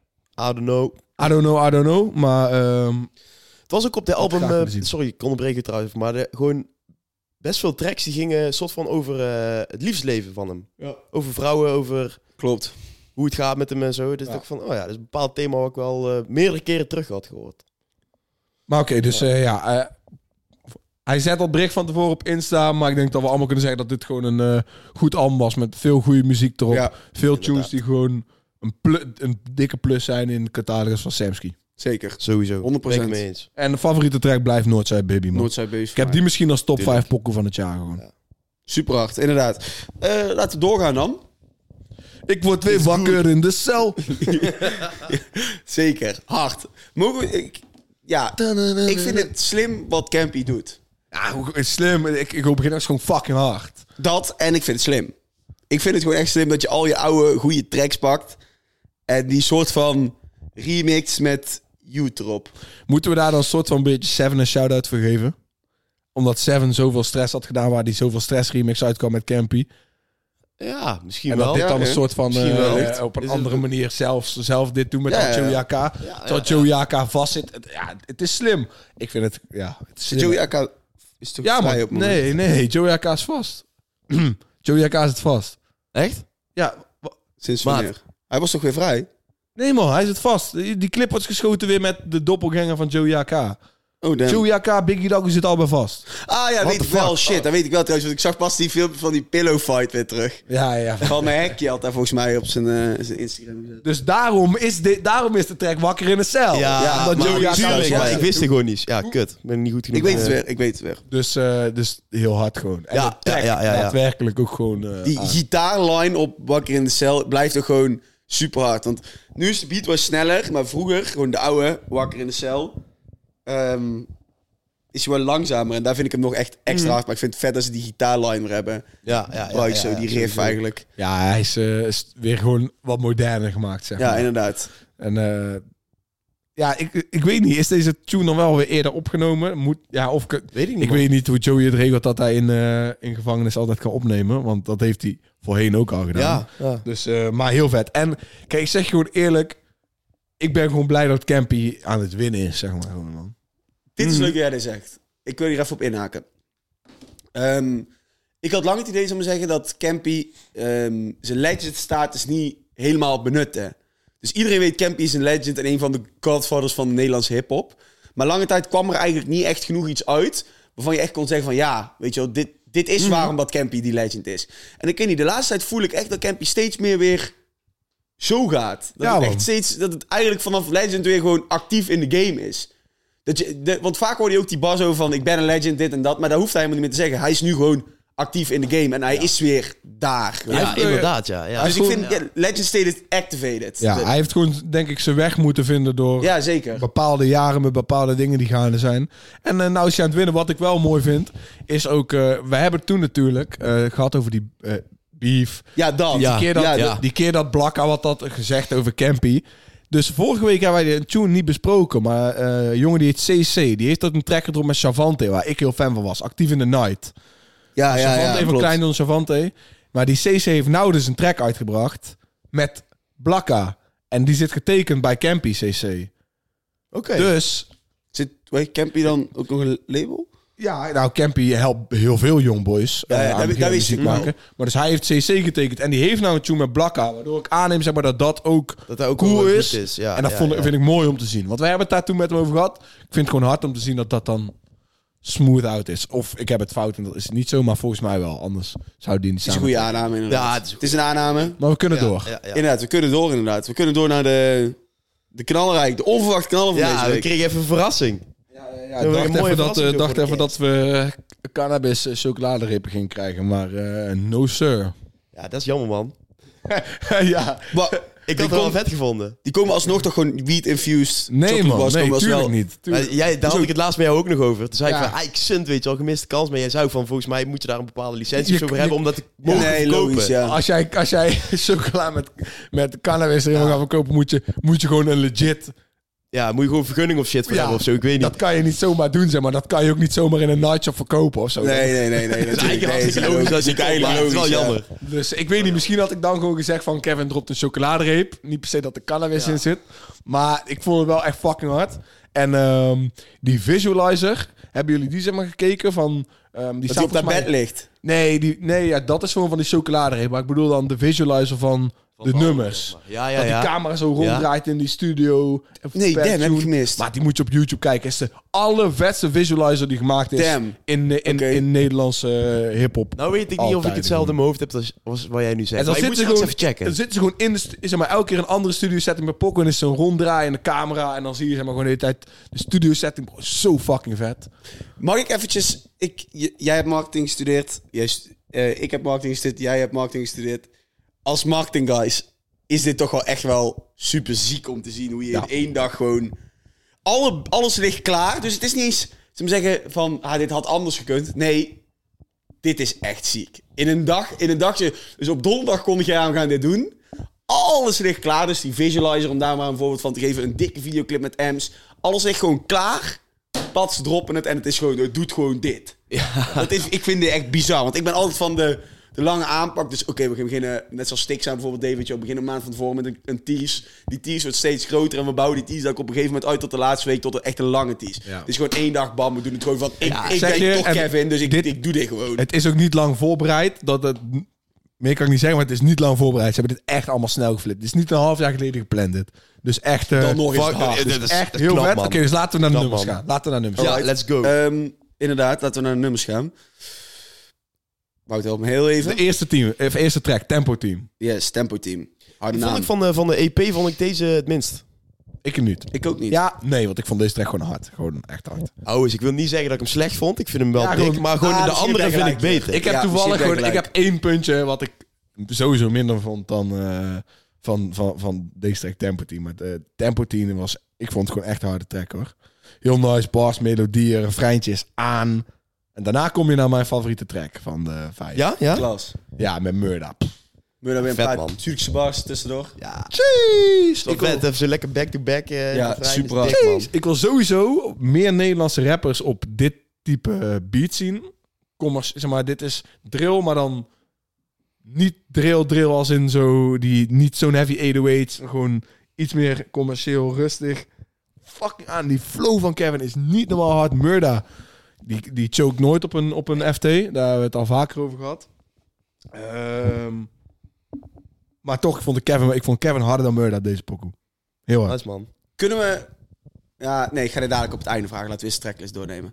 I don't know. I don't know, I don't know, maar ehm, Het was ook op de Had ik album... graag eh, willen zien. sorry, ik onderbreek het trouwens. Maar de, gewoon best veel tracks die gingen soort van over eh, het liefdesleven van hem. Ja. Over vrouwen, over Klopt. hoe het gaat met hem en zo. Dus Ja. dacht ik van, oh ja, dat is een bepaald thema wat ik wel eh, meerdere keren terug had gehoord. maar oké, dus eh, ja, eh, hij zet dat bericht van tevoren op Insta, maar ik denk dat we allemaal kunnen zeggen dat dit gewoon een eh, goed album was met veel goede muziek erop, Ja, veel inderdaad. tunes die gewoon een, plu- een dikke plus zijn in de catalogus van Samsky. Zeker. Sowieso. honderd Ben ik procent. het mee eens. En de favoriete track blijft Northside Baby, man. Northside Babies. Ik heb die misschien als top Tuurlijk. vijf pokken van het jaar gewoon. Ja. Super hard, inderdaad. Eh, laten we doorgaan dan. Ik word weer wakker in de cel. Zeker, hard. Mogen we... Ik, ja, ik vind het slim wat Campy doet. Ja, hoe- slim. Ik, ik begin echt gewoon fucking hard. Dat, en ik vind het slim. ik vind het gewoon echt slim dat je al je oude goede tracks pakt. En die soort van remix met Youth erop. Moeten we daar dan een soort van een beetje Seven een shout-out voor geven? Omdat Seven zoveel stress had gedaan, waar die zoveel stress remix uitkwam met Campy. Ja, misschien En wel. dat dit ja, dan een hè? soort van Misschien uh, wel. uh, op een Is andere het- manier zelf, zelf dit doen met Ja, ja, Joey ja. A K. Terwijl Joey A K vast zit. Het- Ja, het is slim. Ik vind het, ja, het is slim. Joey A K is toch Ja, vrij man. op het moment? Nee, nee. Joey A K is vast. Joey A K zit vast. Echt? Ja. wa- Sinds Maat. wanneer? Hij was toch weer vrij? Nee, man. Hij zit vast. Die, die clip wordt geschoten weer met de doppelganger van Joey A K. Oh, damn. Joey A K, Biggie Doggy zit allebei vast. Ah ja, What weet the ik wel. fuck? Shit, dat weet ik wel trouwens. Want ik zag pas die filmpje van die pillow fight weer terug. Ja, ja. Van mijn hekje had daar volgens mij op zijn, eh, zijn Instagram gezet. Dus daarom is, dit, daarom is de track wakker in de cel. Ja, omdat maar Joey A K tuurlijk, is maar vast. ik wist het gewoon niet. Ja, kut. Ik ben niet goed genoeg. Ik weet het eh, weer, ik weet het weer. Dus, uh, dus heel hard gewoon. En Ja, de track ja, ja, ja. daadwerkelijk ook gewoon... Uh, Die aan. gitaarline op Wakker in de Cel blijft toch gewoon super hard. Want nu is de beat wel sneller, maar vroeger, gewoon de oude Wakker in de Cel, ehm, is hij wel langzamer. En daar vind ik hem nog echt extra hard. Maar ik vind het vet dat ze die gitaarline weer hebben. Ja, ja, ja. Gebruik ja, zo, ja, die riff sowieso. eigenlijk. Ja, hij is, uh, is weer gewoon wat moderner gemaakt, zeg Ja, maar. inderdaad. En uh, ja, ik, ik weet niet. Is deze tune dan wel weer eerder opgenomen? Moet, ja, of ik, Weet ik niet. ik weet niet hoe Joey het regelt dat hij in, uh, in gevangenis altijd kan opnemen. Want dat heeft hij voorheen ook al gedaan. Ja, ja. Dus, uh, maar heel vet. En kijk, ik zeg je gewoon eerlijk. Ik ben gewoon blij dat Campy aan het winnen is, zeg maar. Gewoon, man. Dit is Mhm. leuk dat jij dit zegt. Ik wil hier even op inhaken. Ehm, ik had lang het idee, zou ik maar zeggen, dat Campy ehm, zijn legend-status niet helemaal benutte. Dus iedereen weet, Campy is een legend en een van de godfathers van de Nederlandse hip-hop. Maar lange tijd kwam er eigenlijk niet echt genoeg iets uit waarvan je echt kon zeggen van ja, weet je wel, dit, dit is waarom dat Campy die legend is. En ik weet niet, de laatste tijd voel ik echt dat Campy steeds meer weer zo gaat. Dat Ja, het man. echt steeds, dat het eigenlijk vanaf legend weer gewoon actief in de game is. Dat je, de, want vaak hoor je ook die bas over van ik ben een legend, dit en dat. Maar daar hoeft hij helemaal niet meer te zeggen. Hij is nu gewoon actief in de game en hij is weer daar. Ja, heeft, uh, inderdaad, ja. ja. dus ik gewoon- vind ja, legend status activated. Ja, De- hij heeft gewoon, denk ik, zijn weg moeten vinden door ja, zeker. bepaalde jaren met bepaalde dingen die gaande zijn. En uh, nou is hij aan het winnen. Wat ik wel mooi vind, is ook... Uh, we hebben het toen natuurlijk uh, gehad over die uh, beef. Ja, dan. Die, keer dat, ja, ja. die keer dat Blakka wat had gezegd over Campy. Dus vorige week hebben wij de tune niet besproken. Maar uh, jongen die heet C C. Die heeft dat een track gedropt met Chavante. Waar ik heel fan van was. Actief in the Night. ja, ja, Chavante ja, even klopt. klein dan Chavante. Maar die C C heeft nou dus een track uitgebracht. Met Blakka. En die zit getekend bij Campy C C. Oké. Dus... Zit weet, Campy dan ook nog een label? Ja, nou, Campy helpt heel veel jongboys Ja, ja, uh, dat- aan dat beginnen wist ik muziek wel. maken. Maar dus hij heeft C C getekend en die heeft nou een tune met Blakka, waardoor ik aanneem zeg maar, dat dat ook Dat hij ook cool wel goed is. is. Ja, en dat ja, vond, ja. vind ik mooi om te zien. Want wij hebben het daar toen met hem over gehad. Ik vind het gewoon hard om te zien dat dat dan smooth out is. Of ik heb het fout en dat is het niet zo, maar volgens mij wel. Anders zou die niet Het is een samen. goede aanname inderdaad. Ja, het is een het is een aanname. Maar we kunnen Ja, door. Ja, ja. Inderdaad, we kunnen door inderdaad. We kunnen door naar de, de knallerijk. De onverwachte knaller van Ja, deze we week. kregen even een verrassing. Ja, hebben ik dacht een mooie even, dat, verrassing eh, dacht voor even de dat we cannabis eh, chocoladerepen gingen krijgen. Maar eh, no sir. Ja, dat is jammer, man. ja. Maar, Ik die, had het wel kom- vet gevonden. die komen alsnog toch gewoon weed-infused Nee chocolate man, bars nee, komen alsnog tuurlijk wel- niet. Tuurlijk. Maar jij, daar had ik het laatst met jou ook nog over. Toen zei Ja. ik van, ah, ik sunt, weet je wel, gemiste kans. Maar jij zei ook van, volgens mij moet je daar een bepaalde licentie Je- of zo voor je- hebben om dat te mogen Nee, verkopen. logisch, ja. Als jij, als jij chocola met, met cannabis erin wil gaan verkopen, moet je, moet je gewoon een legit... Ja, moet je gewoon vergunning of shit voor Ja, hebben of zo, ik weet niet. Dat kan je niet zomaar doen, zeg maar. Dat kan je ook niet zomaar in een nightshop verkopen of zo. Nee, nee, nee. nee Dat is natuurlijk. eigenlijk Nee, hartstikke is logisch als je is kijkt, maar het is wel logisch, ja. jammer. Dus ik weet niet, misschien had ik dan gewoon gezegd van Kevin dropt een chocoladereep. Niet per se dat er cannabis Ja. in zit. Maar ik vond het wel echt fucking hard. En ehm, die visualizer, hebben jullie die zeg maar gekeken? Van, ehm, die Dat staat hij op dat volgens bed mij- ligt. Nee, die, nee ja, dat is gewoon van die chocoladereep. Maar ik bedoel dan de visualizer van, de nummers. Ja, ja, dat die ja. camera zo ronddraait in die studio. Of Nee, per damn, heb ik tune. gemist. Maar die moet je op YouTube kijken. Het is de allervetste visualizer die gemaakt is Damn. in, in, in, Oké. in Nederlandse uh, hip-hop. Nou weet ik niet of Altijd ik hetzelfde in mijn hoofd heb als, als wat jij nu zegt. En dan Maar ik zitten moet ze straks gewoon, even checken. dan zitten ze gewoon in de, stu- zeg maar, elke keer een andere studio setting met Poco. En is zo'n ronddraaiende camera. En dan zie je zeg maar, gewoon de hele tijd de studio setting. Bro, zo fucking vet. Mag ik eventjes... Ik, j- jij hebt marketing gestudeerd. Jij stu- eh, ik heb marketing gestudeerd. Jij hebt marketing gestudeerd. Als marketing guys is dit toch wel echt wel super ziek om te zien. Hoe je Ja. in één dag gewoon... Alle, alles ligt klaar. Dus het is niet eens... Ze zeggen van... Ah, dit had anders gekund. Nee. dit is echt ziek. In een dag, in een dagje, dus op donderdag kondig je aan, we gaan dit doen. Alles ligt klaar, dus die visualizer, om daar maar een voorbeeld van te geven. Een dikke videoclip met Ems. Alles ligt gewoon klaar. Pats droppen het en het is gewoon, het doet gewoon dit. Ja. Dat is, ik vind dit echt bizar, want ik ben altijd van de, de lange aanpak. Dus oké, okay, we gaan beginnen, net zoals Stix aan bijvoorbeeld, David, we beginnen een maand van tevoren met een, een tease. Die tease wordt steeds groter en we bouwen die tease dan ook op een gegeven moment uit tot de laatste week, tot een echt een lange tease. Ja. Het is gewoon één dag, bam, we doen het gewoon van, ik, Ja, ik zeg ben je, toch en Kevin, dus ik, dit- ik doe dit gewoon. Het is ook niet lang voorbereid. Dat het, meer kan ik niet zeggen, maar het is niet lang voorbereid. Ze hebben dit echt allemaal snel geflipt. Het is niet een half jaar geleden gepland dit. Dus echt... uh, Dan nog eens fuck, hard. dit is Dit is echt knap, heel vet. Oké, man. dus laten we naar de Knap, nummers man. gaan. Laten we naar de nummers Ja, gaan. let's go. Um, inderdaad, laten we naar de nummers gaan. Wout, help me heel even. De eerste team, of eerste track, Tempo Team. Yes, Tempo Team. Harde Die naam. vond ik van de, van de E P vond ik deze het minst. Ik niet. Ik ook niet. Ja, nee, want ik vond deze track gewoon hard. Gewoon echt hard. Oh, dus ik wil niet zeggen dat ik hem slecht vond. Ik vind hem wel Ja, dik, gewoon- maar gewoon ah, de misschien andere ben je vind ik gelijk. beter. Ik heb Ja, toevallig misschien gewoon... ben Ik je heb één puntje wat ik sowieso minder vond dan uh, van, van, van deze track Tempo Team. Maar uh, Tempo Team was... Ik vond het gewoon echt een harde track, hoor. Heel nice, bars, melodieën, refreintjes aan. En daarna kom je naar mijn favoriete track van de vijf. Ja, ja? Klas. Ja, met Murda. Moet je dan weer een Vet, paar man. Turkse bars tussendoor? Ja. Jeez! Zo Ik wil, vet, even zo lekker back-to-back. eh, Ja, refrein, super is hard. dik, man. Jeez, ik wil sowieso meer Nederlandse rappers op dit type uh, beat zien. Kommers, zeg maar, dit is drill, maar dan niet drill, drill als in zo, die, niet zo'n heavy acht oh acht. Gewoon iets meer commercieel, rustig. Fucking aan, die flow van Kevin is niet normaal hard. Murda, die, die choke nooit op een, op een F T. Daar hebben we het al vaker over gehad. Ehm, maar toch, ik vond, Kevin, ik vond Kevin harder dan Murda op deze pokoe. Heel hard. Nice, man. Kunnen we... Ja, nee, ik ga dit dadelijk op het einde vragen. Laten we eens de tracklist doornemen.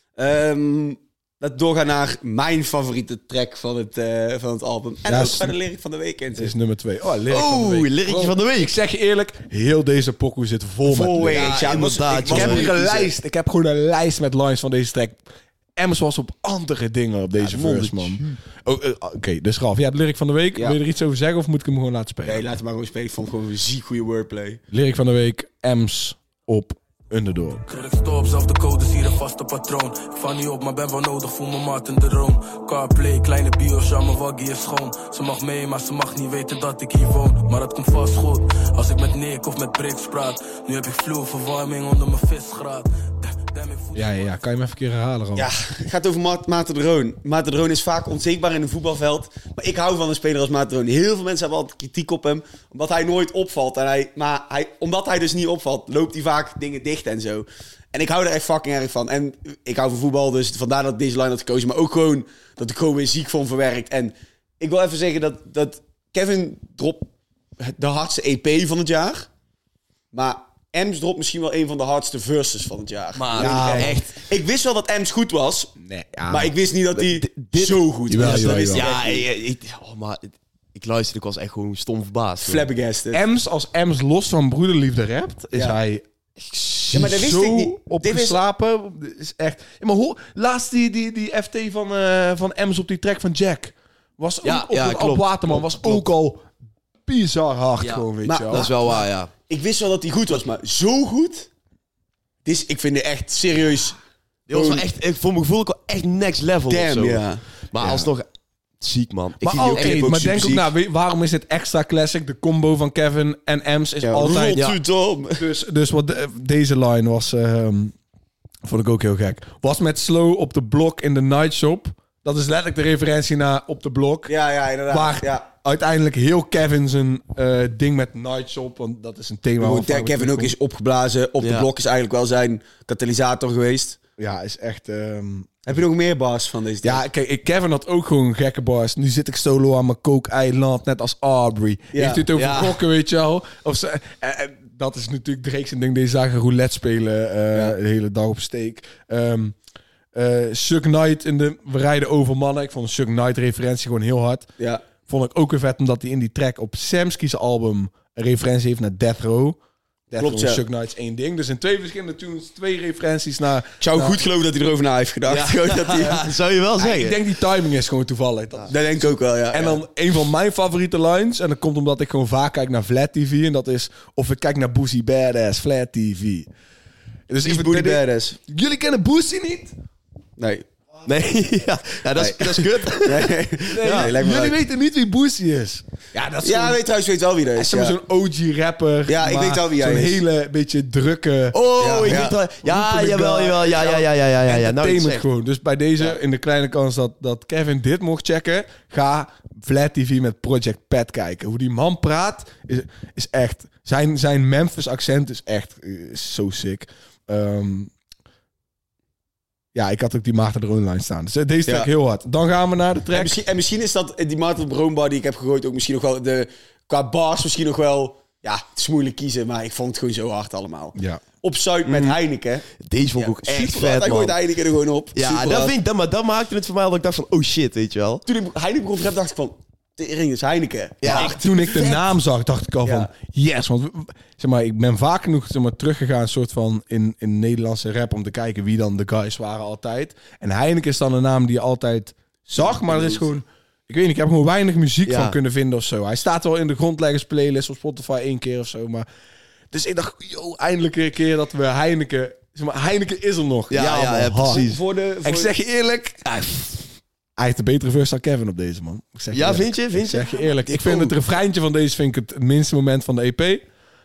Um, laten we doorgaan naar mijn favoriete track van het, uh, van het album. En Ja, ook is- bij de lyric van de week in Het is zit. nummer twee. Oh, lyric van de Oh, week. lyricje van de Ik week. zeg je eerlijk, heel deze pokoe zit vol, Vol met week. lyrics. Ja, ik was- inderdaad, ik was Ik heb man. moeilijk een kiezen. lijst. Ik heb gewoon een lijst met lines van deze track. Ems was op andere dingen op deze Ja, verse, man. Oh, uh, Oké, okay, dus Ralf, ja, het lyric van de week. Ja. Wil je er iets over zeggen of moet ik hem gewoon laten spelen? Nee, laat het maar gewoon spelen. Ik vond het gewoon een ziek goede wordplay. Lyric van de week, Ems op Underdog. Ik stop, zelfde code, zie een vaste patroon. Ik val niet op, maar ben wel nodig, voel mijn maat in de room. Carplay, kleine bios, ja, mijn waggie is schoon. Ze mag mee, maar ze mag niet weten dat ik hier woon. Maar het komt vast goed, als ik met Nick of met Brix praat. Nu heb ik vloerverwarming onder mijn visgraat. Damn, ik voel- Ja, ja, ja, kan je hem even een keer herhalen, Ralf? Ja, het gaat over Ma- Maarten de Roon. Maarten de Roon is vaak onzichtbaar in een voetbalveld. Maar ik hou van een speler als Maarten de Roon. Heel veel mensen hebben altijd kritiek op hem. Omdat hij nooit opvalt. En hij, maar hij, omdat hij dus niet opvalt, loopt hij vaak dingen dicht en zo. En ik hou er echt fucking erg van. En ik hou van voetbal, dus vandaar dat ik deze line had gekozen. Maar ook gewoon dat ik gewoon weer ziek vond verwerkt. En ik wil even zeggen dat, dat Kevin drop de hardste E P van het jaar. Maar Ems dropt misschien wel een van de hardste verses van het jaar. Maar Ja, ja, echt. echt. Ik wist wel dat Ems goed was, Nee, ja. maar ik wist niet dat hij dit- zo goed Jawel, was. jawel, Dat wist ik jawel. echt Ja, niet. ik, ik, oh, maar het- ik luisterde, ik was echt gewoon stom verbaasd. Flabbergasted. Ems, als Ems los van broederliefde rapt, is Ja. hij Ja, maar dat wist zo ik niet. Dit opgeslapen. Is echt... Ja, maar hoe... Laatst die, die, die F T van, eh, van Ems op die track van Jack. Was ook Ja, op ja, dat klopt. Ab Waterman. Klopt, was klopt. ook al bizar hard Ja. gewoon, weet Maar- je wel. Dat is wel waar, ja. Ik wist wel dat hij goed was, maar zo goed? Dus ik vind het echt serieus... Dit was wel echt, ik, voor mijn gevoel ook wel echt next level of Damn, zo. ja. Maar Ja. alsnog ziek, man. Ik Maar vind die oké, clip ook maar super denk ook, ziek. nou, weet- waarom is dit extra classic? De combo van Kevin en Ems is Ja, altijd... Rotterdam. Dus, dus wat de- deze line was, ehm, vond ik ook heel gek. Was met Slow op de blok in de night shop. Dat is letterlijk de referentie naar op de blok. Ja, ja, inderdaad. Waar Ja. uiteindelijk heel Kevin zijn eh, ding met night shop, want dat is een thema. Gewoon waarvan we Kevin ook terugkomen. is opgeblazen. Op de Ja. blok is eigenlijk wel zijn katalysator geweest. Ja, is echt... ehm, Heb je nog meer bars van deze Ja, kijk, ik- Kevin had ook gewoon gekke bars. Nu zit ik solo aan mijn coke-eiland, net als Aubrey. Ja. Heeft u het over Ja. gokken, weet je wel? Of ze, en, en dat is natuurlijk Drake zijn ding. Deze zagen roulette spelen eh, Ja. de hele dag op steek. Ehm eh Suge Knight in de We rijden over mannen. Ik vond de Suge Knight referentie gewoon heel hard. Ja. Vond ik ook weer vet, omdat hij in die track op Samsky's album een referentie heeft naar Death Row. Death Klopt, Row en ja. Suge Knight is één ding. Dus in twee verschillende tunes, twee referenties naar... Ik zou Nou, goed geloven dat hij erover na heeft gedacht. Gewoon dat hij, Ja, zou je wel Ja, zeggen. ik denk die timing is gewoon toevallig. Dat, dat denk ik ook wel, ja. En dan een van mijn favoriete lines. En dat komt omdat ik gewoon vaak kijk naar Flat T V. En dat is of ik kijk naar Boosie Badass, Flat T V. Dus is even Booty dit- Badass. Jullie kennen Boosie niet? Nee. Nee, ja, ja dat, is, Nee. dat is kut. Nee, Ja, nee, lijkt me jullie uit. weten niet wie Boosie is. Ja, dat is Ja, zo'n- weet trouwens weet wel wie dat hij is. is zeg maar Ja. zo'n O G-rapper. Ja, ik weet wel wie hij Zo'n is. hele beetje drukke... Oh, Ja, ik ja. weet wel. Ja, Roepende jawel, guy. jawel. Ja, ja, ja, ja, ja, ja. ja. Nou, entertainment het zegt. gewoon. Dus bij deze, Ja. in de kleine kans dat, dat Kevin dit mocht checken, ga Vlad T V met Project Pat kijken. Hoe die man praat, is, is echt... Zijn, zijn Memphis accent is echt is zo sick. Ehm, ja, ik had ook die Maarten de Roonline staan. Dus deze track Ja. heel hard. Dan gaan we naar de En track. misschien, en misschien is dat die Martin Broombar die ik heb gegooid ook misschien nog wel... De, qua bars misschien nog wel... Ja, het is moeilijk kiezen, maar ik vond het gewoon zo hard allemaal. Ja. Op Zuid met Heineken. Deze vond ik Ja, ook echt super hard. vet, Hij gooit man. Heineken er gewoon op. Ja, Super dat, hard. vind ik, dat, maar dat maakte het voor mij dat ik dacht van, oh shit, weet je wel. Toen ik Heineken begon te rappen, dacht ik van... Tering is Heineken. Ja, Ik- toen ik de naam zag, dacht ik al van Ja. yes. Want zeg maar, ik ben vaak genoeg zeg maar, teruggegaan soort van in, in Nederlandse rap om te kijken wie dan de guys waren altijd. En Heineken is dan een naam die je altijd zag, maar er is gewoon... Ik weet niet, ik heb gewoon weinig muziek Ja. van kunnen vinden of zo. Hij staat wel in de grondleggers playlist op Spotify één keer of zo, maar... Dus ik dacht, yo, eindelijk een keer dat we Heineken... Zeg maar, Heineken is er nog. Ja, ja, man, ja, hard. precies. Voor de, voor Ik zeg je eerlijk... hij- Hij heeft een betere verse dan Kevin op deze, man. Ik zeg je Ja, eerlijk. vind je? Vind Ik je? zeg je eerlijk. Ik vind het refreintje van deze vind ik het minste moment van de E P.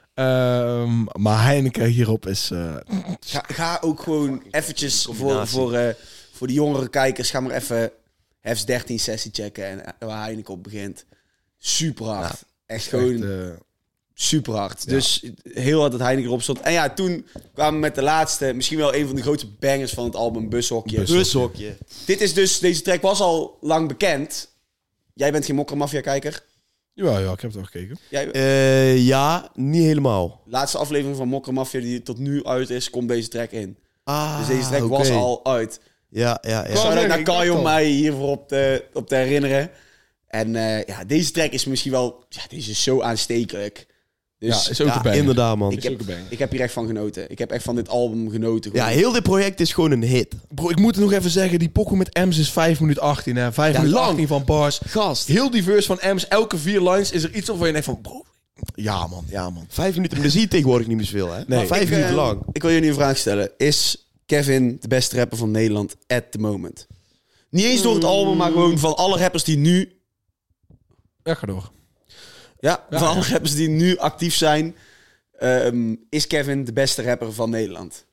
Ehm, maar Heineken hierop is... eh, Ga, ga ook gewoon eventjes voor, Combinatie. voor, eh, voor de jongere kijkers... Ga maar even Hefs dertien sessie checken. En eh, waar Heineken op begint. Super hard. Echt gewoon... echt, eh, Super hard. Dus heel hard dat Heineken erop stond. En ja, toen kwamen we met de laatste, misschien wel een van de grootste bangers van het album, Bushokje. Bushokje. Bushokje. Dit is dus, deze track was al lang bekend. Jij bent geen Mokka Mafia kijker. ja, ja, ik heb het al gekeken. Jij, Eh, ja, niet helemaal. laatste aflevering van Mokka Mafia die tot nu uit is, komt deze track in. Ah, Dus deze track oké. was al uit. Ja, ja, ja. Shout out zeggen, naar ik dacht Kai om al. mij hiervoor op te, op te herinneren. En eh, ja, deze track is misschien wel, ja, deze is zo aanstekelijk. Dus Ja, is ook Ja, een banger. inderdaad, man. ik, is heb, ook een banger. ik heb hier echt van genoten. Ik heb echt van dit album genoten. Ja, gewoon. heel dit project is gewoon een hit. Bro, ik moet nog even zeggen, die pokoe met Ems is vijf minuten achttien. Hè? vijf Ja, minuten lang. achttien van bars. Gast. Heel die verse van Ems, elke vier lines is er iets waarvan je denkt van... Bro, ja man, ja man. Vijf minuten, maar dat zie je tegenwoordig niet meer zoveel, hè? Nee. Vijf Ik, minuten eh, lang. Ik wil jullie een vraag stellen. Is Kevin de beste rapper van Nederland at the moment? Niet eens door het album, maar gewoon van alle rappers die nu... Ja, ga door. Ja, Ja, van ja. alle rappers die nu actief zijn... ehm, is Kevin de beste rapper van Nederland?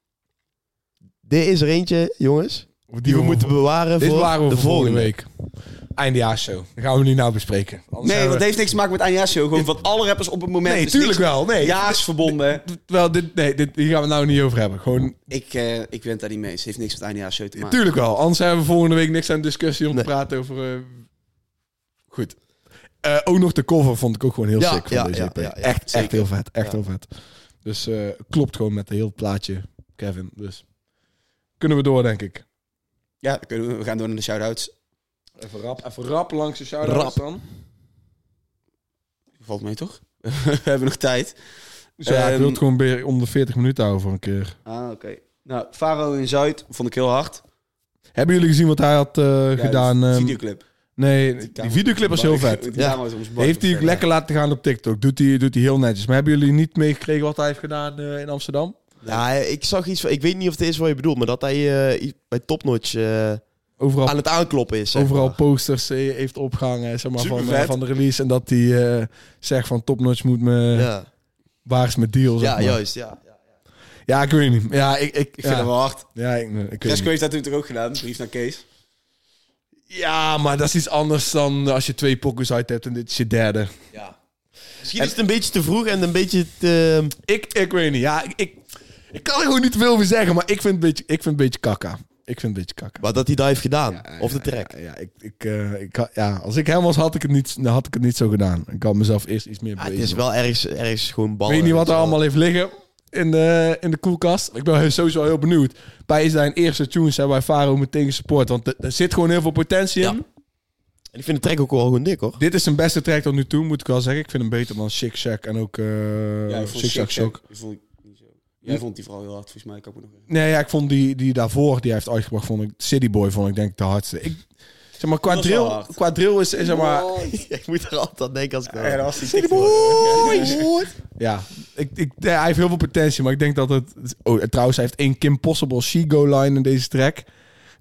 Dit is er eentje, jongens, die we moeten bewaren Dit voor waren we de voor volgende volgende. week. Eindejaarsshow. Dat gaan we niet nou bespreken. Anders Nee, zijn want we- het heeft niks te maken met Anja Show. Gewoon van alle rappers op het moment. Nee, is tuurlijk niks wel. Nee. Jaars verbonden. Terwijl dit, nee, dit, hier gaan we het nou niet over hebben. Gewoon, Ik, eh, ik ben het daar niet mee eens. Het heeft niks met Anja Show te maken. tuurlijk wel. Anders hebben we volgende week niks aan discussie om Nee. te praten over... eh, Goed. Eh, ook nog de cover vond ik ook gewoon heel Ja, sick van ja, deze ja, E P. ja, ja, echt, echt zeker. heel vet. Echt Ja. heel vet. Dus eh, klopt gewoon met het hele plaatje, Kevin. Dus kunnen we door, denk ik. Ja, dan kunnen we, we gaan door naar de shout-outs. Even rap, even rap langs de shout-outs Rap. dan. Valt mee, toch? We hebben nog tijd. Dus ja, ik Ehm, wil het gewoon weer om de veertig minuten houden voor een keer. Ah, oké. Nou, Faro in Zuid vond ik heel hard. Hebben jullie gezien wat hij had eh, gedaan? Ja, ehm, videoclip. nee, die videoclip was heel vet. Die Ja. dame was op zijn bank. Heeft hij ook lekker laten gaan op TikTok. Doet hij, doet hij heel netjes. Maar hebben jullie niet meegekregen wat hij heeft gedaan eh, in Amsterdam? Ja, ik zag iets van... Ik weet niet of het is wat je bedoelt, maar dat hij eh, i- bij Topnotch eh, Overal, aan het aankloppen is, zeg overal maar. posters eh, heeft opgehangen zeg maar, van, Supervet. eh, van de release. En dat hij eh, zegt van Topnotch moet me... Ja, Waar is mijn deal? Zeg ja maar. juist, ja. ja. Ja, ik weet niet. Ja, ik, ik, Ik vind ja. het wel hard. Ja, ik, ik weet Cresco niet. heeft dat natuurlijk ook gedaan. Brief naar Kees. Ja, maar dat is iets anders dan als je twee pokkers uit hebt en dit is je derde. Ja. Misschien is het een beetje te vroeg en een beetje te... Ik, ik weet niet. Ja, ik, ik, ik kan er gewoon niet veel over zeggen, maar ik vind het een beetje, ik vind het een beetje kakka. Ik vind het een beetje kakka. Maar dat hij daar heeft gedaan. Ja, of de ja, track. Ja, ja, ik, ik, eh, ik, had- ja, als ik hem was, had ik het niet, dan had ik het niet zo gedaan. Ik had mezelf eerst iets meer Ja, het bewezen. is wel ergens, ergens gewoon bal. Ik weet niet wat er allemaal heeft liggen in de, in de koelkast. Ik ben sowieso heel benieuwd. Bij zijn eerste tunes hebben wij Faro meteen gesupport, want er, er zit gewoon heel veel potentie in. Ja. En ik vind de track ook wel gewoon dik, hoor. Dit is zijn beste track tot nu toe, moet ik wel zeggen. Ik vind hem beter dan Shik Shack en ook uh, Ja, ik vond Shik Shack Shake Shock. Shack- die vond ik niet zo. Jij vond die vooral heel hard, volgens mij. Ik ook nog herinneren. Nee, ja, ik vond die, die daarvoor, die hij heeft uitgebracht, vond ik City Boy, vond ik denk ik de hardste. Ik, zeg maar, qua Dat is wel drill, hard. qua drill is, is zeg maar... ik moet er altijd aan denken als ik... Ja, dat was die City TikTok. Boy! Ja, ik, ik, ja, hij heeft heel veel potentie, maar ik denk dat het... Oh, trouwens, hij heeft één Kim Possible She Go line in deze track.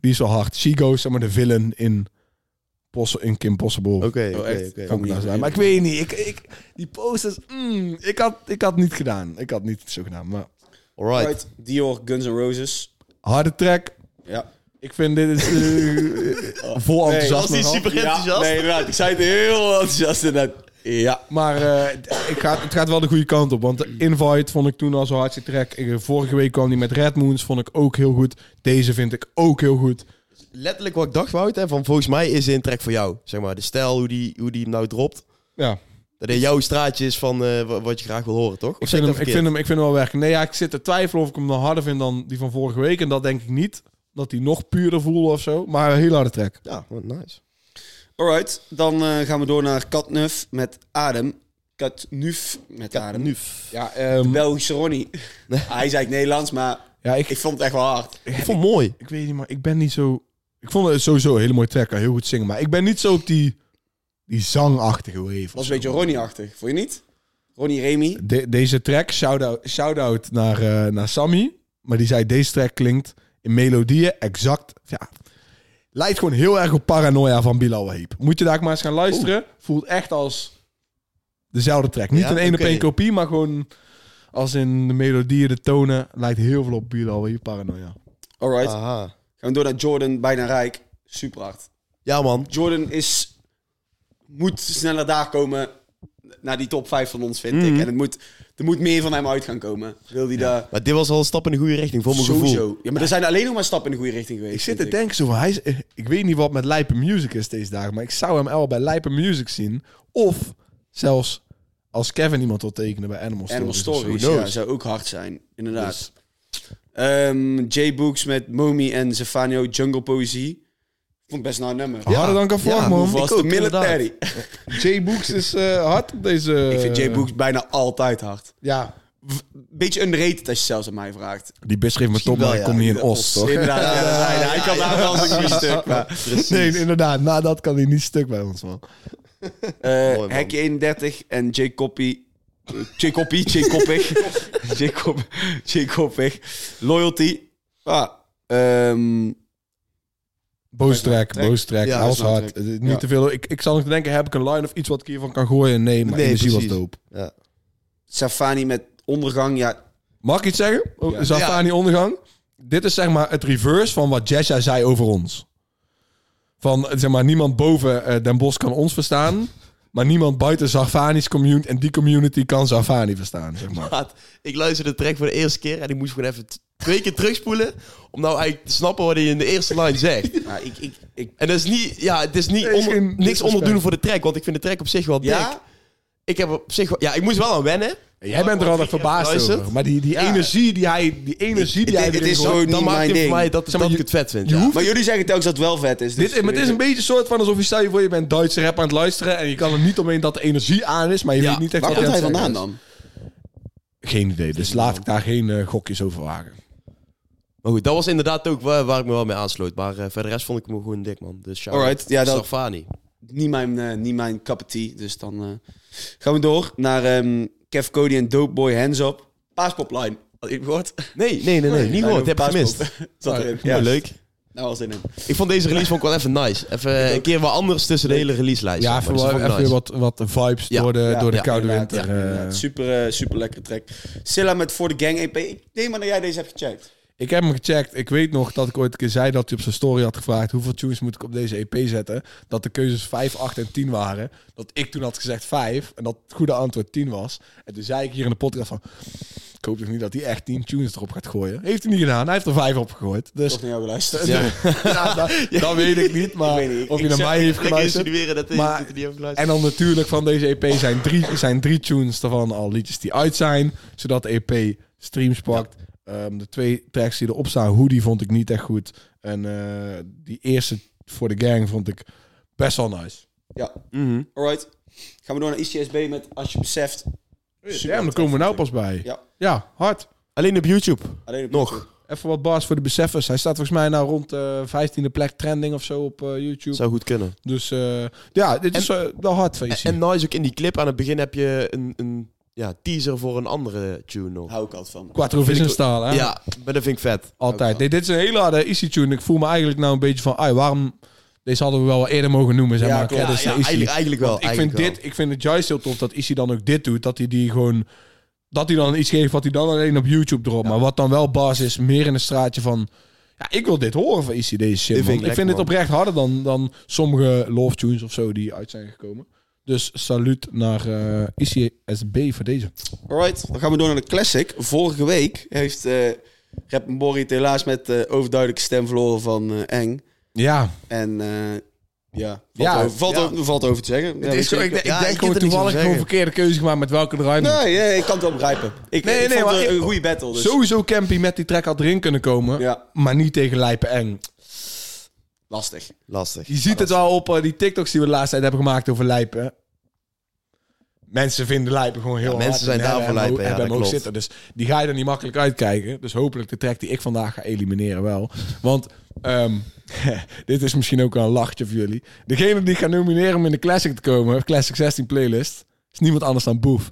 Die is wel hard. She Goes, zeg maar de villain in, Poss- in Kim Possible. Oké, oké, Oh, echt? oké. Kan ik nou zijn. Maar ik weet niet. Ik, ik, die posters, mm, ik, had, ik had niet gedaan. Ik had niet zo gedaan. Maar Alright. Alright, Dior, Guns N' Roses. harde track. Ja. Ik vind dit is uh, vol enthousiasme. was die super enthousiast? Ja, nee, inderdaad. Ik zei het heel enthousiast inderdaad. Ja. Maar uh, ik ga, het gaat wel de goede kant op. Want de Invite vond ik toen al zo hardste track. Ik, vorige week kwam die met Red Moons. Vond ik ook heel goed. Deze vind ik ook heel goed. Letterlijk wat ik dacht, Wout, hè, van volgens mij is dit een track voor jou. Zeg maar, de stijl, hoe die, hoe die hem nou dropt. Ja. Dat in jouw straatje is van uh, wa- wat je graag wil horen, toch? Of Ik zeg vind, ik hem, dat ik, vind hem, ik vind hem wel werken. Nee, ja, ik zit te twijfelen of ik hem dan harder vind dan die van vorige week. En dat denk ik niet. Dat hij nog puurder voelde of zo. Maar een hele harde track. Ja, oh, nice. Alright, dan uh, gaan we door naar Katnuf met Adem. Katnuf met Adem. Nuf. Ja, um, Belgische Ronnie. Hij zei het Nederlands, maar ja ik, ik vond het echt wel hard. Ik vond het mooi. ik weet niet, maar ik ben niet zo... Ik vond het sowieso een hele mooie track. Kan heel goed zingen. Maar ik ben niet zo op die, die zangachtige wave. Het was een beetje Ronnie-achtig, vond je niet? Ronnie Remy. De, deze track, shout-out, shout-out naar, uh, naar Sammy. Maar die zei, deze track klinkt in melodieën exact... Ja, lijkt gewoon heel erg op Paranoia van Bilal Wahib. Moet je daar maar eens gaan luisteren. Oeh. Voelt echt als dezelfde track. Niet Ja, een één op oké. één kopie, maar gewoon als in de melodieën, de tonen. Lijkt heel veel op Bilal Wahib, Paranoia. Alright, Aha. gaan we door naar Jordan, bijna rijk. Super hard. Ja, man. Jordan is... Moet sneller daar komen naar die top vijf van ons, vind Mhm. ik. En het moet, er moet meer van hem uit gaan komen. Wil hij daar... Maar dit was al een stap in de goede richting, voor mijn gevoel. Sowieso. Ja, maar er zijn alleen nog maar stappen in de goede richting geweest. Ik zit te vind denken zo van, hij is, ik weet niet wat met Lijpen Music is deze dagen, maar ik zou hem wel bij Lijpen Music zien. Of zelfs als Kevin iemand wil tekenen bij Animal Stories. Animal of zo. Stories, Who ja, knows? zou ook hard zijn. Inderdaad. Dus- Ehm, J-Books met Momi en Zefanio, Jungle Poëzie. Vond ik best een hard nummer. Ja. Harder dan kan Ja, verwacht, man. Hoe was ik ook, de military? J-Books is eh, hard op deze... Ik vind J-Books bijna altijd hard. Ja, Beetje underrated als je zelfs aan mij vraagt. die bitch schreef me top, wel, maar ik ja. kom niet in De Os, toch? Inderdaad, ja, Ja, hij, ja, hij kan ja, daar ja. wel zijn goede stuk. Maar, Nee, inderdaad. Na dat kan hij niet stuk bij ons, man. eh Mooi, man. Hekje eenendertig en J. Copy. J. Copy, J. Koppig. J. Cop- J. Koppig. Loyalty. Ah, ehm, Boos track, Track. boos track. Ja, Hij was snap hard. ik. Eh, Niet Ja. te veel. Ik, ik zal nog te denken, heb ik een line of iets wat ik hiervan kan gooien? Nee, maar Nee, energie was precies. dope. Ja. Safani met Ondergang. Ja, Mag ik iets zeggen? Oh, Ja. Zafani ondergang. Dit is zeg maar het reverse van wat Jesja zei over ons. Van, zeg maar, niemand boven eh, Den Bosch kan ons verstaan. Maar niemand buiten Zafani's community en die community kan Zafani verstaan, zeg maar. Maat, ik luisterde de track voor de eerste keer en ik moest gewoon even t- twee keer terugspoelen om nou eigenlijk te snappen wat hij in de eerste line zegt. ja ik, ik, ik, En dat is niet, ja, het is niet Nee, is onder- geen niks disrespect. onderdoen voor de track, want ik vind de track op zich wel dik. ja? Ik heb op zich wel, ja, ik moest wel aan wennen. Jij bent er altijd verbaasd Luistert. over. Maar die, die Ja. energie die hij, die energie die Het- hij het erin is gooit- zo Dan niet maakt mijn het voor ding. mij dat, Zeg dat maar, ik je- het vet vind. je Ja. hoeft- Maar jullie zeggen telkens dat het wel vet is. Dus Dit, maar het is een beetje een soort van alsof je stel je voor je bent Duitse rap aan het luisteren en je kan er niet omheen dat de energie aan is, maar je Ja. weet niet echt Waar wat komt hij aan het vandaan zeggen dan? is. Geen idee, dus laat ik daar geen eh, gokjes over wagen. Maar goed, dat was inderdaad ook waar, waar ik me wel mee aansloot. Maar uh, verder rest vond ik hem gewoon dik, man. Dus shout Alright, ja, dat- Safani. Niet mijn, eh, niet mijn cup of tea. Dus dan eh, gaan we door naar ehm, Kev Cody en Dope Boy Hands Up. Paaspopline. Had je het gehoord? Nee, nee, nee, nee. Niet gehoord. Heb ik gemist. Zat erin. Ja, Ja, leuk. nou was in hem. Ik vond deze release vond ik wel even nice. Even een keer wat anders tussen de hele release-lijst. Ja, zeg even, maar. Dus dat wel- vond ik even nice. wat, wat vibes Ja. door de, Ja, door de ja, koude Inderdaad, winter. ja, eh. inderdaad. super, eh, super lekkere track. Silla met For The Gang E P. Ik neem maar dat jij deze hebt gecheckt. Ik heb hem gecheckt. Ik weet nog dat ik ooit een keer zei dat hij op zijn story had gevraagd hoeveel tunes moet ik op deze E P zetten. Dat de keuzes vijf, acht en tien waren. Dat ik toen had gezegd vijf en dat het goede antwoord tien was. En toen zei ik hier in de podcast van, ik hoop toch niet dat hij echt tien tunes erop gaat gooien. Heeft hij niet gedaan. Hij heeft er vijf op gegooid. Dus Toch naar jou geluisterd. Ja. ja, dat, dat weet ik niet. Maar Ik weet niet. of hij Ik naar zeg- mij heeft ik ga geluisterd. insinueren dat hij Maar- dat hij niet heeft geluisterd. En dan natuurlijk van deze E P zijn drie, zijn drie tunes daarvan al liedjes die uit zijn. Zodat de E P streams pakt. Ehm, de twee tracks die erop staan, Hoodie vond ik niet echt goed. En eh, die eerste voor de gang vond ik best wel nice. Ja, Mhm. alright. Gaan we door naar I C S B met Als je beseft. Ja, daar komen we nou pas bij. Ja. Ja, hard. Alleen op YouTube. Alleen op Nog. YouTube. Even wat bars voor de beseffers. Hij staat volgens mij nou rond de vijftiende plek trending of zo op eh, YouTube. Zou goed kunnen. Dus eh, ja, dit is eh, wel hard van je. En, en nice ook in die clip aan het begin heb je een, een ja, teaser voor een andere tune nog. Hou ik altijd van. Quattro Vision Style, hè? Ja, maar dat vind ik vet. Altijd. Nee, dit is een hele harde easy tune. Ik voel me eigenlijk nou een beetje van, ai, waarom... Deze hadden we wel wat eerder mogen noemen, zeg Ja, maar. klopt. Ja, Ja, dit is ja, een Issy. eigenlijk, eigenlijk wel. Want ik eigenlijk vind wel. dit, ik vind het juist heel tof dat Issy dan ook dit doet. Dat hij die gewoon, dat hij dan iets geeft wat hij dan alleen op YouTube erop. Ja. Maar wat dan wel bas is, meer in een straatje van, ja, ik wil dit horen van Issy, deze shit. Dit man. vind ik ik vind lekker, dit oprecht harder dan, dan sommige love tunes of zo die uit zijn gekomen. Dus saluut naar uh, Issy S B voor deze. Alright, dan gaan we door naar de classic. Vorige week heeft uh, Rap Mborrie het helaas met uh, overduidelijke stem verloren van uh, Eng. Ja, En uh, ja, valt, Ja, over, valt, ja. over, valt over te zeggen. Ja, het is weet zo, je, ik, ik Ja, denk ik gewoon kan er niks toevallig over gewoon zeggen. verkeerde keuze gemaakt met welke eruit moet. Nee, nee, ik kan het wel begrijpen. Ik, Nee, ik nee, vond maar het ik- een goede battle. Dus. Sowieso Campy met die track had erin kunnen komen, Ja, maar niet tegen Lijpen Eng. lastig. Lastig. Je ziet het wel op uh, die TikToks die we de laatste tijd hebben gemaakt over Lijpen. Mensen vinden Lijpen gewoon heel Ja, hard. mensen zijn en daar hebben voor hem Lijpen, ook- ja, hebben hem dat ook klopt. zitten. Dus die ga je er niet makkelijk uitkijken. Dus hopelijk de track die ik vandaag ga elimineren wel. Want ehm, dit is misschien ook wel een lachtje voor jullie. Degene die ik ga nomineren om in de Classic te komen, Classic zestien playlist, is niemand anders dan Boef.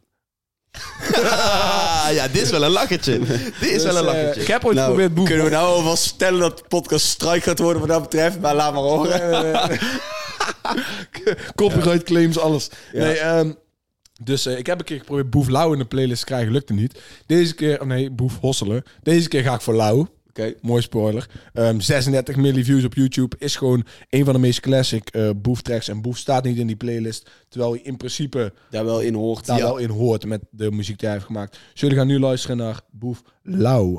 ja, dit is wel een lachertje. Dit is wel een Dus, eh, lachertje. ik heb ooit Nou, geprobeerd Boef. kunnen we nou alvast stellen dat de podcast strike gaat worden wat dat betreft? Maar laat maar horen. Copyright claims, alles. Ja. Nee, ehm, dus eh, ik heb een keer geprobeerd Boef Lauw in de playlist te krijgen, lukte niet. Deze keer, oh nee, Boef Hosselen. Deze keer ga ik voor Lauw. Oké. Mooi spoiler. Ehm, zesendertig miljoen views op YouTube is gewoon een van de meest classic eh Boef tracks. En Boef staat niet in die playlist, terwijl hij in principe Daar wel in hoort. daar Ja. wel in hoort met de muziek die hij heeft gemaakt. Dus jullie gaan nu luisteren naar Boef Lauw.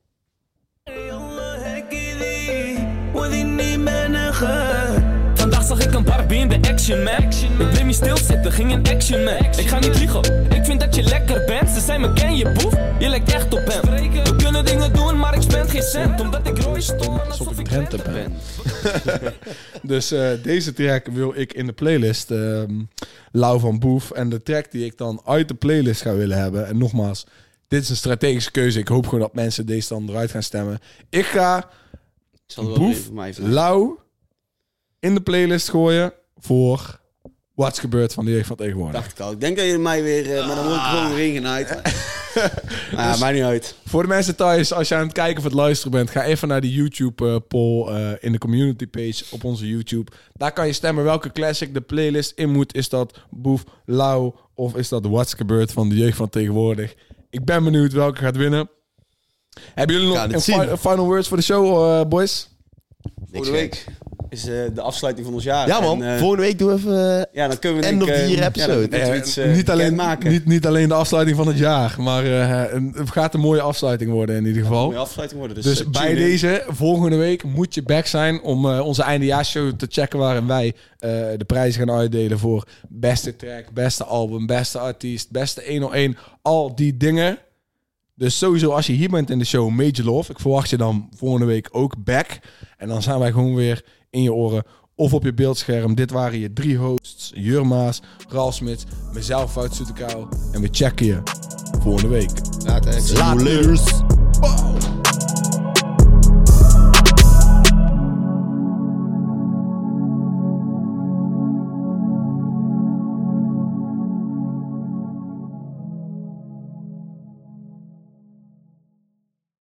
Vandaag zag ik een Barbie in de action man. Ik bleef niet stilzitten, ging in action man. Ik ga niet liegen, ik vind dat je lekker bent. Ze zei me ken je boef, je lijkt echt op hem. We kunnen dingen doen, maar ik spend geen cent. Omdat ik rooi stom en alsof ik Drenthe Drenthe ben. Dus eh, deze track wil ik in de playlist. ehm Lauw van Boef. En de track die ik dan uit de playlist ga willen hebben. En nogmaals, dit is een strategische keuze. Ik hoop gewoon dat mensen deze dan eruit gaan stemmen. Ik ga Ik zal er wel Boef even voor mij vragen. Lauw in de playlist gooien voor Wat's Gebeurd van de jeugd van tegenwoordig. Dacht ik al. Ik denk dat je mij weer... Uh, maar dan word ik gewoon weer ingenaaid. Maar ja, maakt niet uit. Voor de mensen thuis, als je aan het kijken of het luisteren bent, ga even naar die YouTube-poll uh, in de community page op onze YouTube. Daar kan je stemmen welke classic de playlist in moet. Is dat Boef, Lauw of is dat Wat's Gebeurd van de jeugd van tegenwoordig? Ik ben benieuwd welke gaat winnen. Hebben jullie nog Gaan een het fi- zien. een final words voor de show, uh, boys? Volgende week is uh, de afsluiting van ons jaar. Ja man, En, uh, volgende week doen we even... uh, ja, dan kunnen we End denk, of the uh, year episode. Ja, dan moeten we Eh, iets uh, niet, alleen, maken. niet, niet alleen de afsluiting van het jaar, maar uh, een- het gaat een mooie afsluiting worden in ieder geval. Mooie afsluiting worden. Dus, Dus uh, bij tune in. deze, volgende week moet je back zijn om uh, onze eindejaarsshow te checken waarin wij uh, de prijzen gaan uitdelen voor beste track, beste album, beste artiest, beste honderdéén, al die dingen. Dus sowieso als je hier bent in de show, major love. Ik verwacht je dan volgende week ook back. En dan zijn wij gewoon weer in je oren of op je beeldscherm. Dit waren je drie hosts, Jurma's, Ralf Smits, mezelf, Wout Soetekau. En we checken je volgende week. Later. Later.